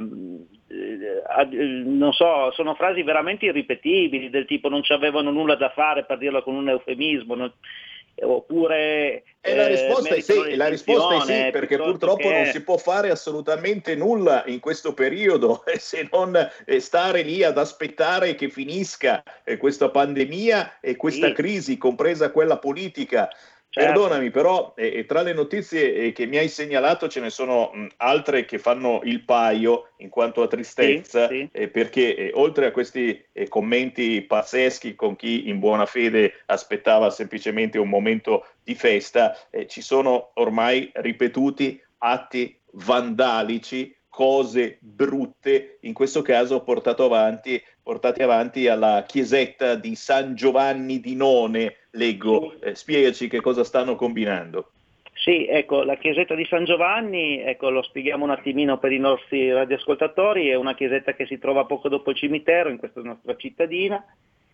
eh, non so, sono frasi veramente irripetibili, del tipo non ci avevano nulla da fare, per dirlo con un eufemismo, non, oppure e la risposta eh, è sì, la risposta è sì, perché purtroppo che... non si può fare assolutamente nulla in questo periodo se non stare lì ad aspettare che finisca eh, questa pandemia e questa sì. crisi, compresa quella politica. Certo. Perdonami, però eh, tra le notizie eh, che mi hai segnalato ce ne sono mh, altre che fanno il paio in quanto a tristezza, sì, sì. Eh, perché eh, oltre a questi eh, commenti pazzeschi con chi in buona fede aspettava semplicemente un momento di festa, eh, ci sono ormai ripetuti atti vandalici, cose brutte, in questo caso portato avanti, portate avanti alla chiesetta di San Giovanni di None, leggo. Eh, spiegaci che cosa stanno combinando. Sì, ecco, la chiesetta di San Giovanni, ecco, lo spieghiamo un attimino per i nostri radioascoltatori, è una chiesetta che si trova poco dopo il cimitero, in questa nostra cittadina,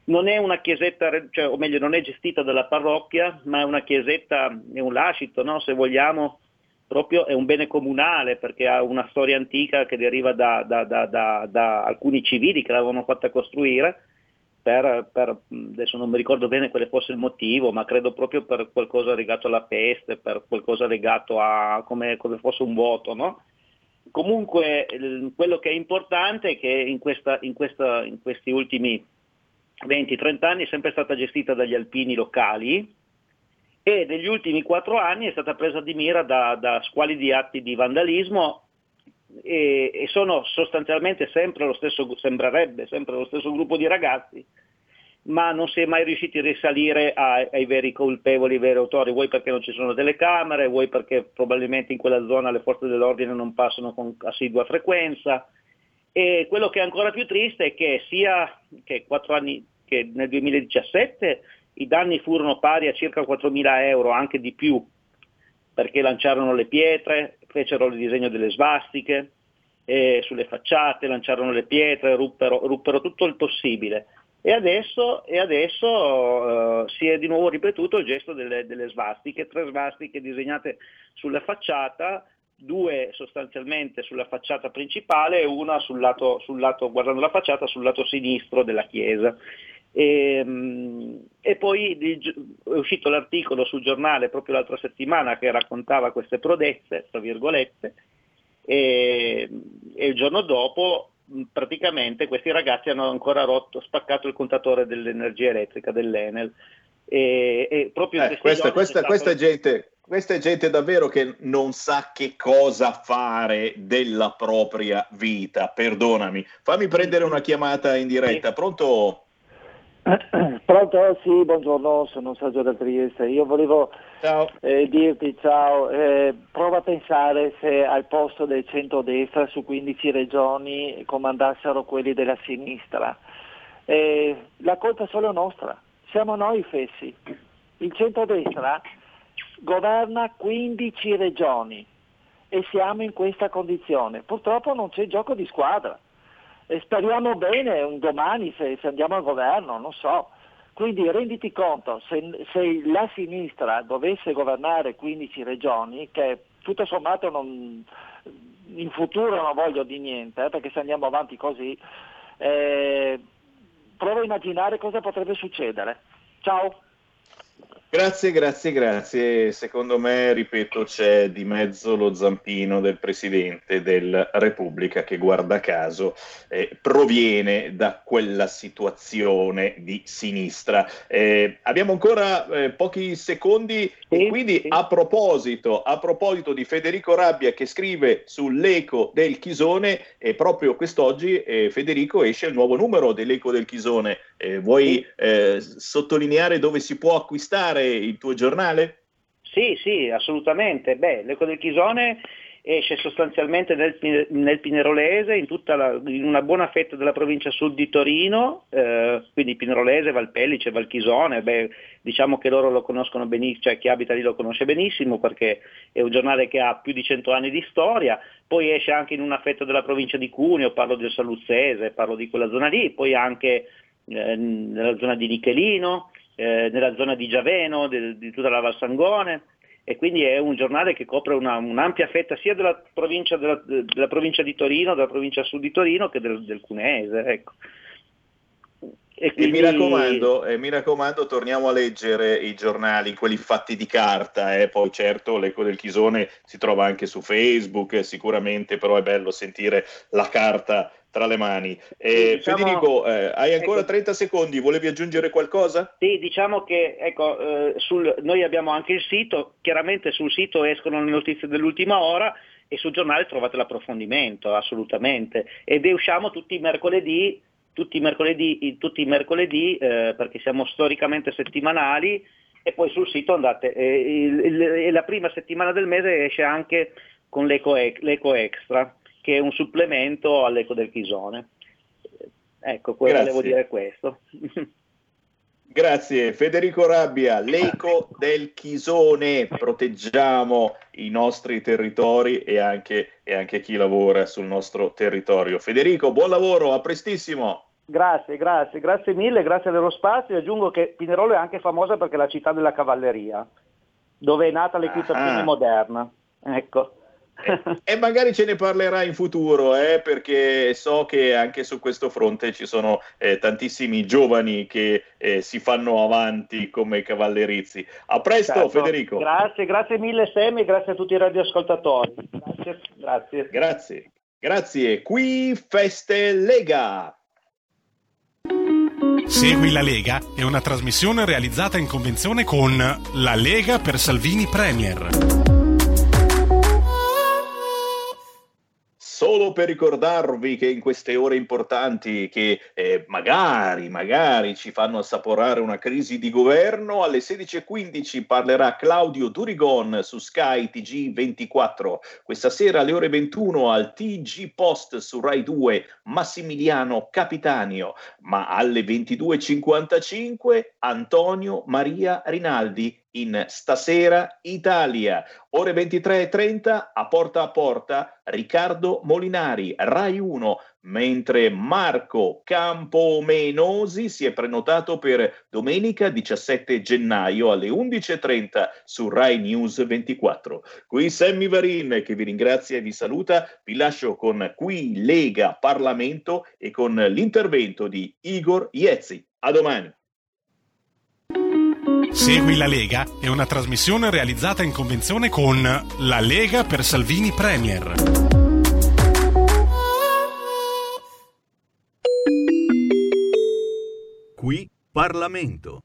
non è una chiesetta, cioè, o meglio non è gestita dalla parrocchia, ma è una chiesetta, è un lascito, no? Se vogliamo, proprio è un bene comunale, perché ha una storia antica che deriva da, da, da, da, da alcuni civili che l'avevano fatta costruire, per, per, adesso non mi ricordo bene quale fosse il motivo, ma credo proprio per qualcosa legato alla peste, per qualcosa legato a come, come fosse un voto, no? Comunque quello che è importante è che in, questa, in, questa, in questi ultimi venti trenta anni è sempre stata gestita dagli alpini locali, e negli ultimi quattro anni è stata presa di mira da, da squalidi atti di vandalismo, e, e sono sostanzialmente sempre lo stesso, sembrerebbe sempre lo stesso gruppo di ragazzi, ma non si è mai riusciti a risalire ai, ai veri colpevoli, ai veri autori, vuoi perché non ci sono telecamere, vuoi perché probabilmente in quella zona le forze dell'ordine non passano con assidua frequenza. E quello che è ancora più triste è che sia che quattro anni, che nel duemiladiciassette i danni furono pari a circa quattromila euro, anche di più, perché lanciarono le pietre, fecero il disegno delle svastiche eh, sulle facciate, lanciarono le pietre, ruppero, ruppero tutto il possibile. E adesso, e adesso uh, si è di nuovo ripetuto il gesto delle, delle svastiche, tre svastiche disegnate sulla facciata, due sostanzialmente sulla facciata principale e una sul lato, sul lato, guardando la facciata, sul lato sinistro della chiesa. E, e poi è uscito l'articolo sul giornale proprio l'altra settimana che raccontava queste prodezze, tra virgolette, e, e il giorno dopo praticamente questi ragazzi hanno ancora rotto, spaccato il contatore dell'energia elettrica dell'Enel. E, e proprio eh, questa, questa, stato... questa, gente, questa è gente davvero che non sa che cosa fare della propria vita, perdonami. Fammi prendere una chiamata in diretta, sì. Pronto? Pronto? Sì, buongiorno, sono Sergio da Trieste. Io volevo eh, dirti ciao, eh, prova a pensare se al posto del centrodestra su quindici regioni comandassero quelli della sinistra. Eh, la colpa è solo nostra, siamo noi i fessi. Il centrodestra governa quindici regioni e siamo in questa condizione. Purtroppo non c'è gioco di squadra. E speriamo bene un domani se, se andiamo al governo, non so. Quindi renditi conto, se, se la sinistra dovesse governare quindici regioni, che tutto sommato non, in futuro non voglio di niente, eh, perché se andiamo avanti così, eh, provo a immaginare cosa potrebbe succedere. Ciao! Grazie, grazie, grazie. Secondo me, ripeto, c'è di mezzo lo zampino del Presidente della Repubblica che, guarda caso, eh, proviene da quella situazione di sinistra. Eh, abbiamo ancora eh, pochi secondi e quindi a proposito, a proposito di Federico Rabbia che scrive sull'Eco del Chisone, eh, proprio quest'oggi eh, Federico esce il nuovo numero dell'Eco del Chisone. Eh, vuoi eh, sottolineare dove si può acquistare il tuo giornale? Sì, sì, assolutamente. Beh, l'Eco del Chisone esce sostanzialmente nel, nel Pinerolese, in, tutta la, in una buona fetta della provincia sud di Torino, eh, quindi Pinerolese, Valpellice, Valchisone. Beh, diciamo che loro lo conoscono benissimo, cioè chi abita lì lo conosce benissimo perché è un giornale che ha più di cento anni di storia. Poi esce anche in una fetta della provincia di Cuneo, parlo del Saluzzese, parlo di quella zona lì, poi anche eh, nella zona di Nichelino, eh, nella zona di Giaveno, de, di tutta la Val Sangone, e quindi è un giornale che copre una, un'ampia fetta sia della provincia, della, della provincia di Torino, della provincia sud di Torino, che del, del Cuneese, ecco. E, quindi... e, mi raccomando, e mi raccomando, torniamo a leggere i giornali, quelli fatti di carta, eh. Poi certo l'Eco del Chisone si trova anche su Facebook, sicuramente, però è bello sentire la carta tra le mani. Eh, sì, diciamo, Federico, eh, hai ancora ecco, trenta secondi, volevi aggiungere qualcosa? Sì, diciamo che ecco, eh, sul, noi abbiamo anche il sito, chiaramente sul sito escono le notizie dell'ultima ora e sul giornale trovate l'approfondimento, assolutamente, ed usciamo tutti i mercoledì, tutti i mercoledì, tutti i mercoledì eh, perché siamo storicamente settimanali, e poi sul sito andate, eh, il, il, il, la prima settimana del mese esce anche con l'Eco, l'Eco Extra, che è un supplemento all'Eco del Chisone. Ecco, quello volevo dire questo. Grazie Federico Rabbia, l'Eco del Chisone, proteggiamo i nostri territori e anche, e anche chi lavora sul nostro territorio. Federico, buon lavoro, a prestissimo. Grazie, grazie, grazie mille, grazie dello spazio. Aggiungo che Pinerolo è anche famosa perché è la città della cavalleria, dove è nata l'equitazione Ah. moderna. Ecco. E magari ce ne parlerà in futuro, eh, perché so che anche su questo fronte ci sono eh, tantissimi giovani che eh, si fanno avanti come cavallerizzi. A presto, Certo. Federico. Grazie, grazie mille Semi e grazie a tutti i radioascoltatori. Grazie, grazie. Grazie. Grazie. Qui Feste Lega. Segui la Lega è una trasmissione realizzata in convenzione con La Lega per Salvini Premier. Solo per ricordarvi che in queste ore importanti che eh, magari, magari ci fanno assaporare una crisi di governo, alle sedici e quindici parlerà Claudio Durigon su Sky T G ventiquattro. Questa sera alle ore ventuno al T G Post su Rai due Massimiliano Capitanio, ma alle ventidue e cinquantacinque Antonio Maria Rinaldi in Stasera Italia. Ore ventitré e trenta a Porta a Porta Riccardo Molinari, Rai uno, mentre Marco Campomenosi si è prenotato per domenica diciassette gennaio alle undici e trenta su Rai News ventiquattro. Qui Sammy Varin che vi ringrazia e vi saluta, vi lascio con Qui Lega Parlamento e con l'intervento di Igor Iezzi. A domani. Segui la Lega è una trasmissione realizzata in convenzione con La Lega per Salvini Premier. Qui Parlamento.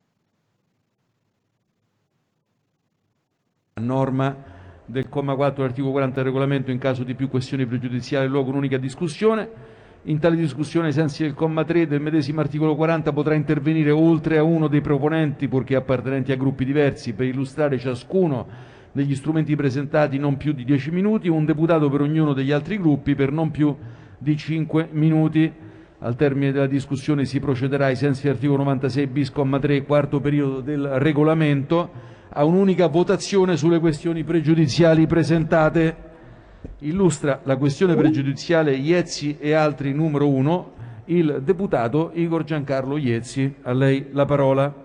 A norma del comma quattro dell'articolo quaranta del regolamento, in caso di più questioni pregiudiziali, luogo un'unica discussione. In tale discussione, ai sensi del comma tre del medesimo articolo quaranta, potrà intervenire oltre a uno dei proponenti, purché appartenenti a gruppi diversi, per illustrare ciascuno degli strumenti presentati non più di dieci minuti, un deputato per ognuno degli altri gruppi per non più di cinque minuti. Al termine della discussione si procederà, ai sensi dell'articolo novantasei bis, comma tre, quarto periodo del regolamento, a un'unica votazione sulle questioni pregiudiziali presentate. Illustra la questione pregiudiziale Iezzi e altri numero uno il deputato Igor Giancarlo Iezzi. A lei la parola.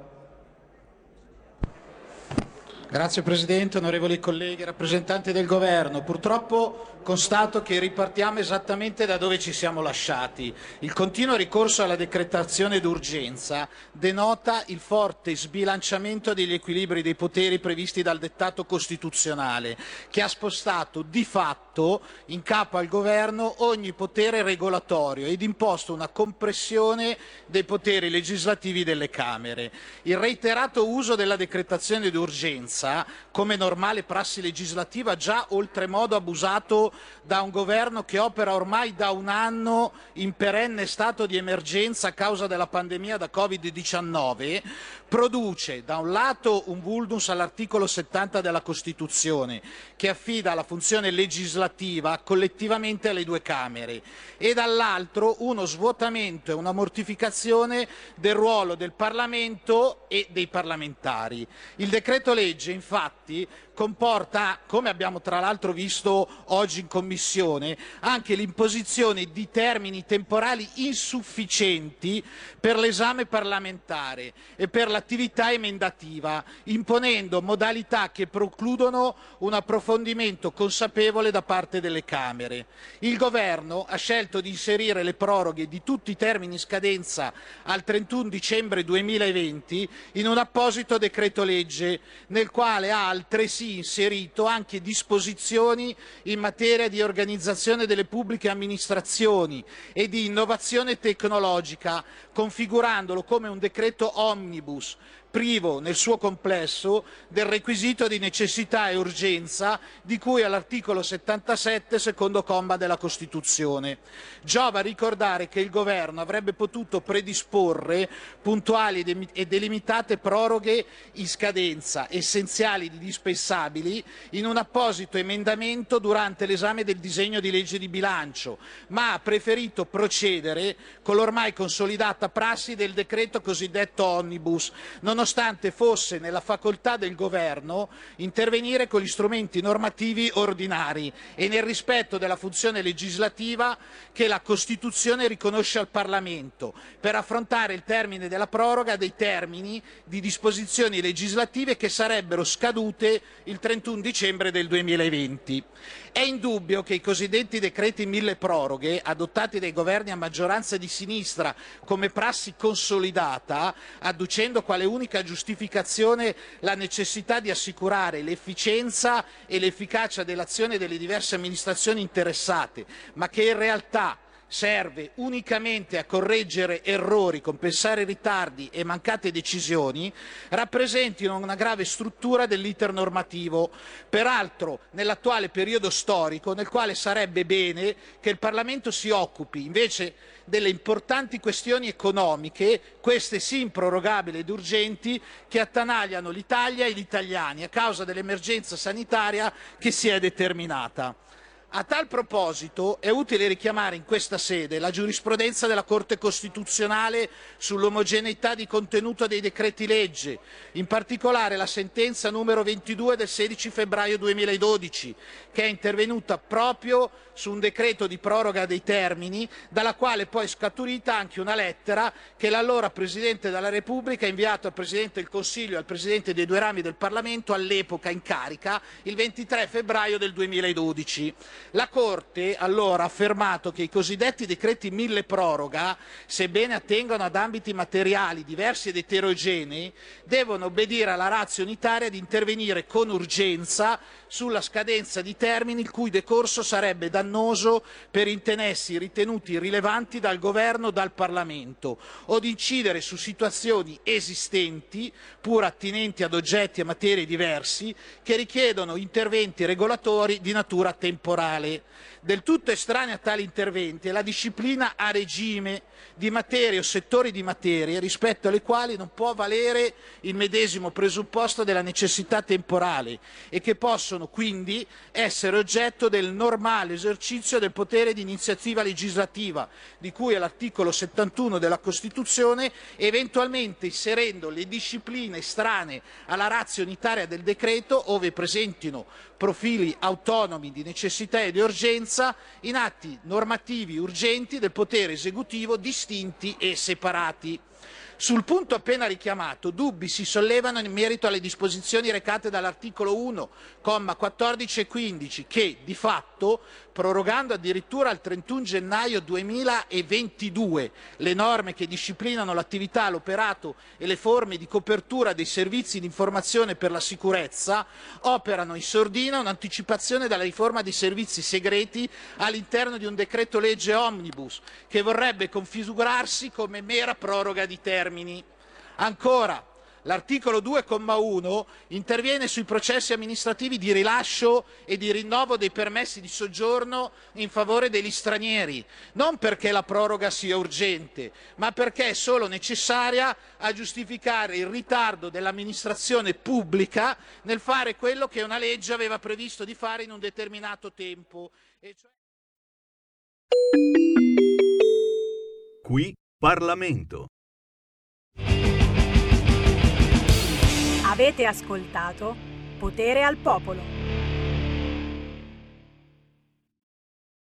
Grazie Presidente, onorevoli colleghi, rappresentanti del Governo. Purtroppo constato che ripartiamo esattamente da dove ci siamo lasciati. Il continuo ricorso alla decretazione d'urgenza denota il forte sbilanciamento degli equilibri dei poteri previsti dal dettato costituzionale, che ha spostato di fatto in capo al Governo ogni potere regolatorio ed imposto una compressione dei poteri legislativi delle Camere. Il reiterato uso della decretazione d'urgenza come normale prassi legislativa, già oltremodo abusato da un governo che opera ormai da un anno in perenne stato di emergenza a causa della pandemia da Covid diciannove, produce da un lato un vulnus all'articolo settanta della Costituzione, che affida la funzione legislativa collettivamente alle due Camere, e dall'altro uno svuotamento e una mortificazione del ruolo del Parlamento e dei parlamentari. Il decreto legge infatti comporta, come abbiamo tra l'altro visto oggi in Commissione, anche l'imposizione di termini temporali insufficienti per l'esame parlamentare e per l'attività emendativa, imponendo modalità che precludono un approfondimento consapevole da parte delle Camere. Il Governo ha scelto di inserire le proroghe di tutti i termini in scadenza al trentuno dicembre duemilaventi in un apposito decreto legge, nel quale ha altresì inserito anche disposizioni in materia di organizzazione delle pubbliche amministrazioni e di innovazione tecnologica, configurandolo come un decreto omnibus, privo nel suo complesso del requisito di necessità e urgenza di cui all'articolo settantasette, secondo comma della Costituzione. Giova ricordare che il Governo avrebbe potuto predisporre puntuali e delimitate proroghe in scadenza, essenziali ed indispensabili, in un apposito emendamento durante l'esame del disegno di legge di bilancio, ma ha preferito procedere con l'ormai consolidata prassi del decreto cosiddetto omnibus, nonostante nonostante fosse nella facoltà del governo intervenire con gli strumenti normativi ordinari e nel rispetto della funzione legislativa che la Costituzione riconosce al Parlamento, per affrontare il termine della proroga dei termini di disposizioni legislative che sarebbero scadute il trentuno dicembre del duemilaventi. È indubbio che i cosiddetti decreti mille proroghe, adottati dai governi a maggioranza di sinistra come prassi consolidata, adducendo quale unica giustificazione la necessità di assicurare l'efficienza e l'efficacia dell'azione delle diverse amministrazioni interessate, ma che in realtà serve unicamente a correggere errori, compensare ritardi e mancate decisioni, rappresentino una grave struttura dell'iter normativo, peraltro nell'attuale periodo storico nel quale sarebbe bene che il Parlamento si occupi invece delle importanti questioni economiche, queste sì improrogabili ed urgenti, che attanagliano l'Italia e gli italiani a causa dell'emergenza sanitaria che si è determinata. A tal proposito è utile richiamare in questa sede la giurisprudenza della Corte Costituzionale sull'omogeneità di contenuto dei decreti legge, in particolare la sentenza numero ventidue del sedici febbraio duemiladodici, che è intervenuta proprio su un decreto di proroga dei termini, dalla quale poi è scaturita anche una lettera che l'allora Presidente della Repubblica ha inviato al Presidente del Consiglio e al Presidente dei due rami del Parlamento, all'epoca in carica, il ventitré febbraio del duemiladodici. La Corte allora ha affermato che i cosiddetti decreti mille proroga, sebbene attengano ad ambiti materiali diversi ed eterogenei, devono obbedire alla ratio unitaria di intervenire con urgenza sulla scadenza di termini il cui decorso sarebbe dannoso per interessi ritenuti rilevanti dal Governo o dal Parlamento, o di incidere su situazioni esistenti, pur attinenti ad oggetti e materie diversi, che richiedono interventi regolatori di natura temporale. Del tutto estranea a tali interventi è la disciplina a regime di materie o settori di materie rispetto alle quali non può valere il medesimo presupposto della necessità temporale e che possono quindi essere oggetto del normale esercizio del potere di iniziativa legislativa di cui all'articolo settantuno della Costituzione, eventualmente inserendo le discipline estranee alla ratio unitaria del decreto, ove presentino profili autonomi di necessità e di urgenza, in atti normativi urgenti del potere esecutivo distinti e separati. Sul punto appena richiamato, dubbi si sollevano in merito alle disposizioni recate dall'articolo uno, comma quattordici e quindici, che, di fatto, prorogando addirittura al trentuno gennaio duemilaventidue le norme che disciplinano l'attività, l'operato e le forme di copertura dei servizi di informazione per la sicurezza, operano in sordina un'anticipazione della riforma dei servizi segreti all'interno di un decreto legge omnibus, che vorrebbe configurarsi come mera proroga di termini. Ancora, l'articolo due, comma uno, interviene sui processi amministrativi di rilascio e di rinnovo dei permessi di soggiorno in favore degli stranieri, non perché la proroga sia urgente, ma perché è solo necessaria a giustificare il ritardo dell'amministrazione pubblica nel fare quello che una legge aveva previsto di fare in un determinato tempo. E cioè... Qui Parlamento. Avete ascoltato Potere al Popolo.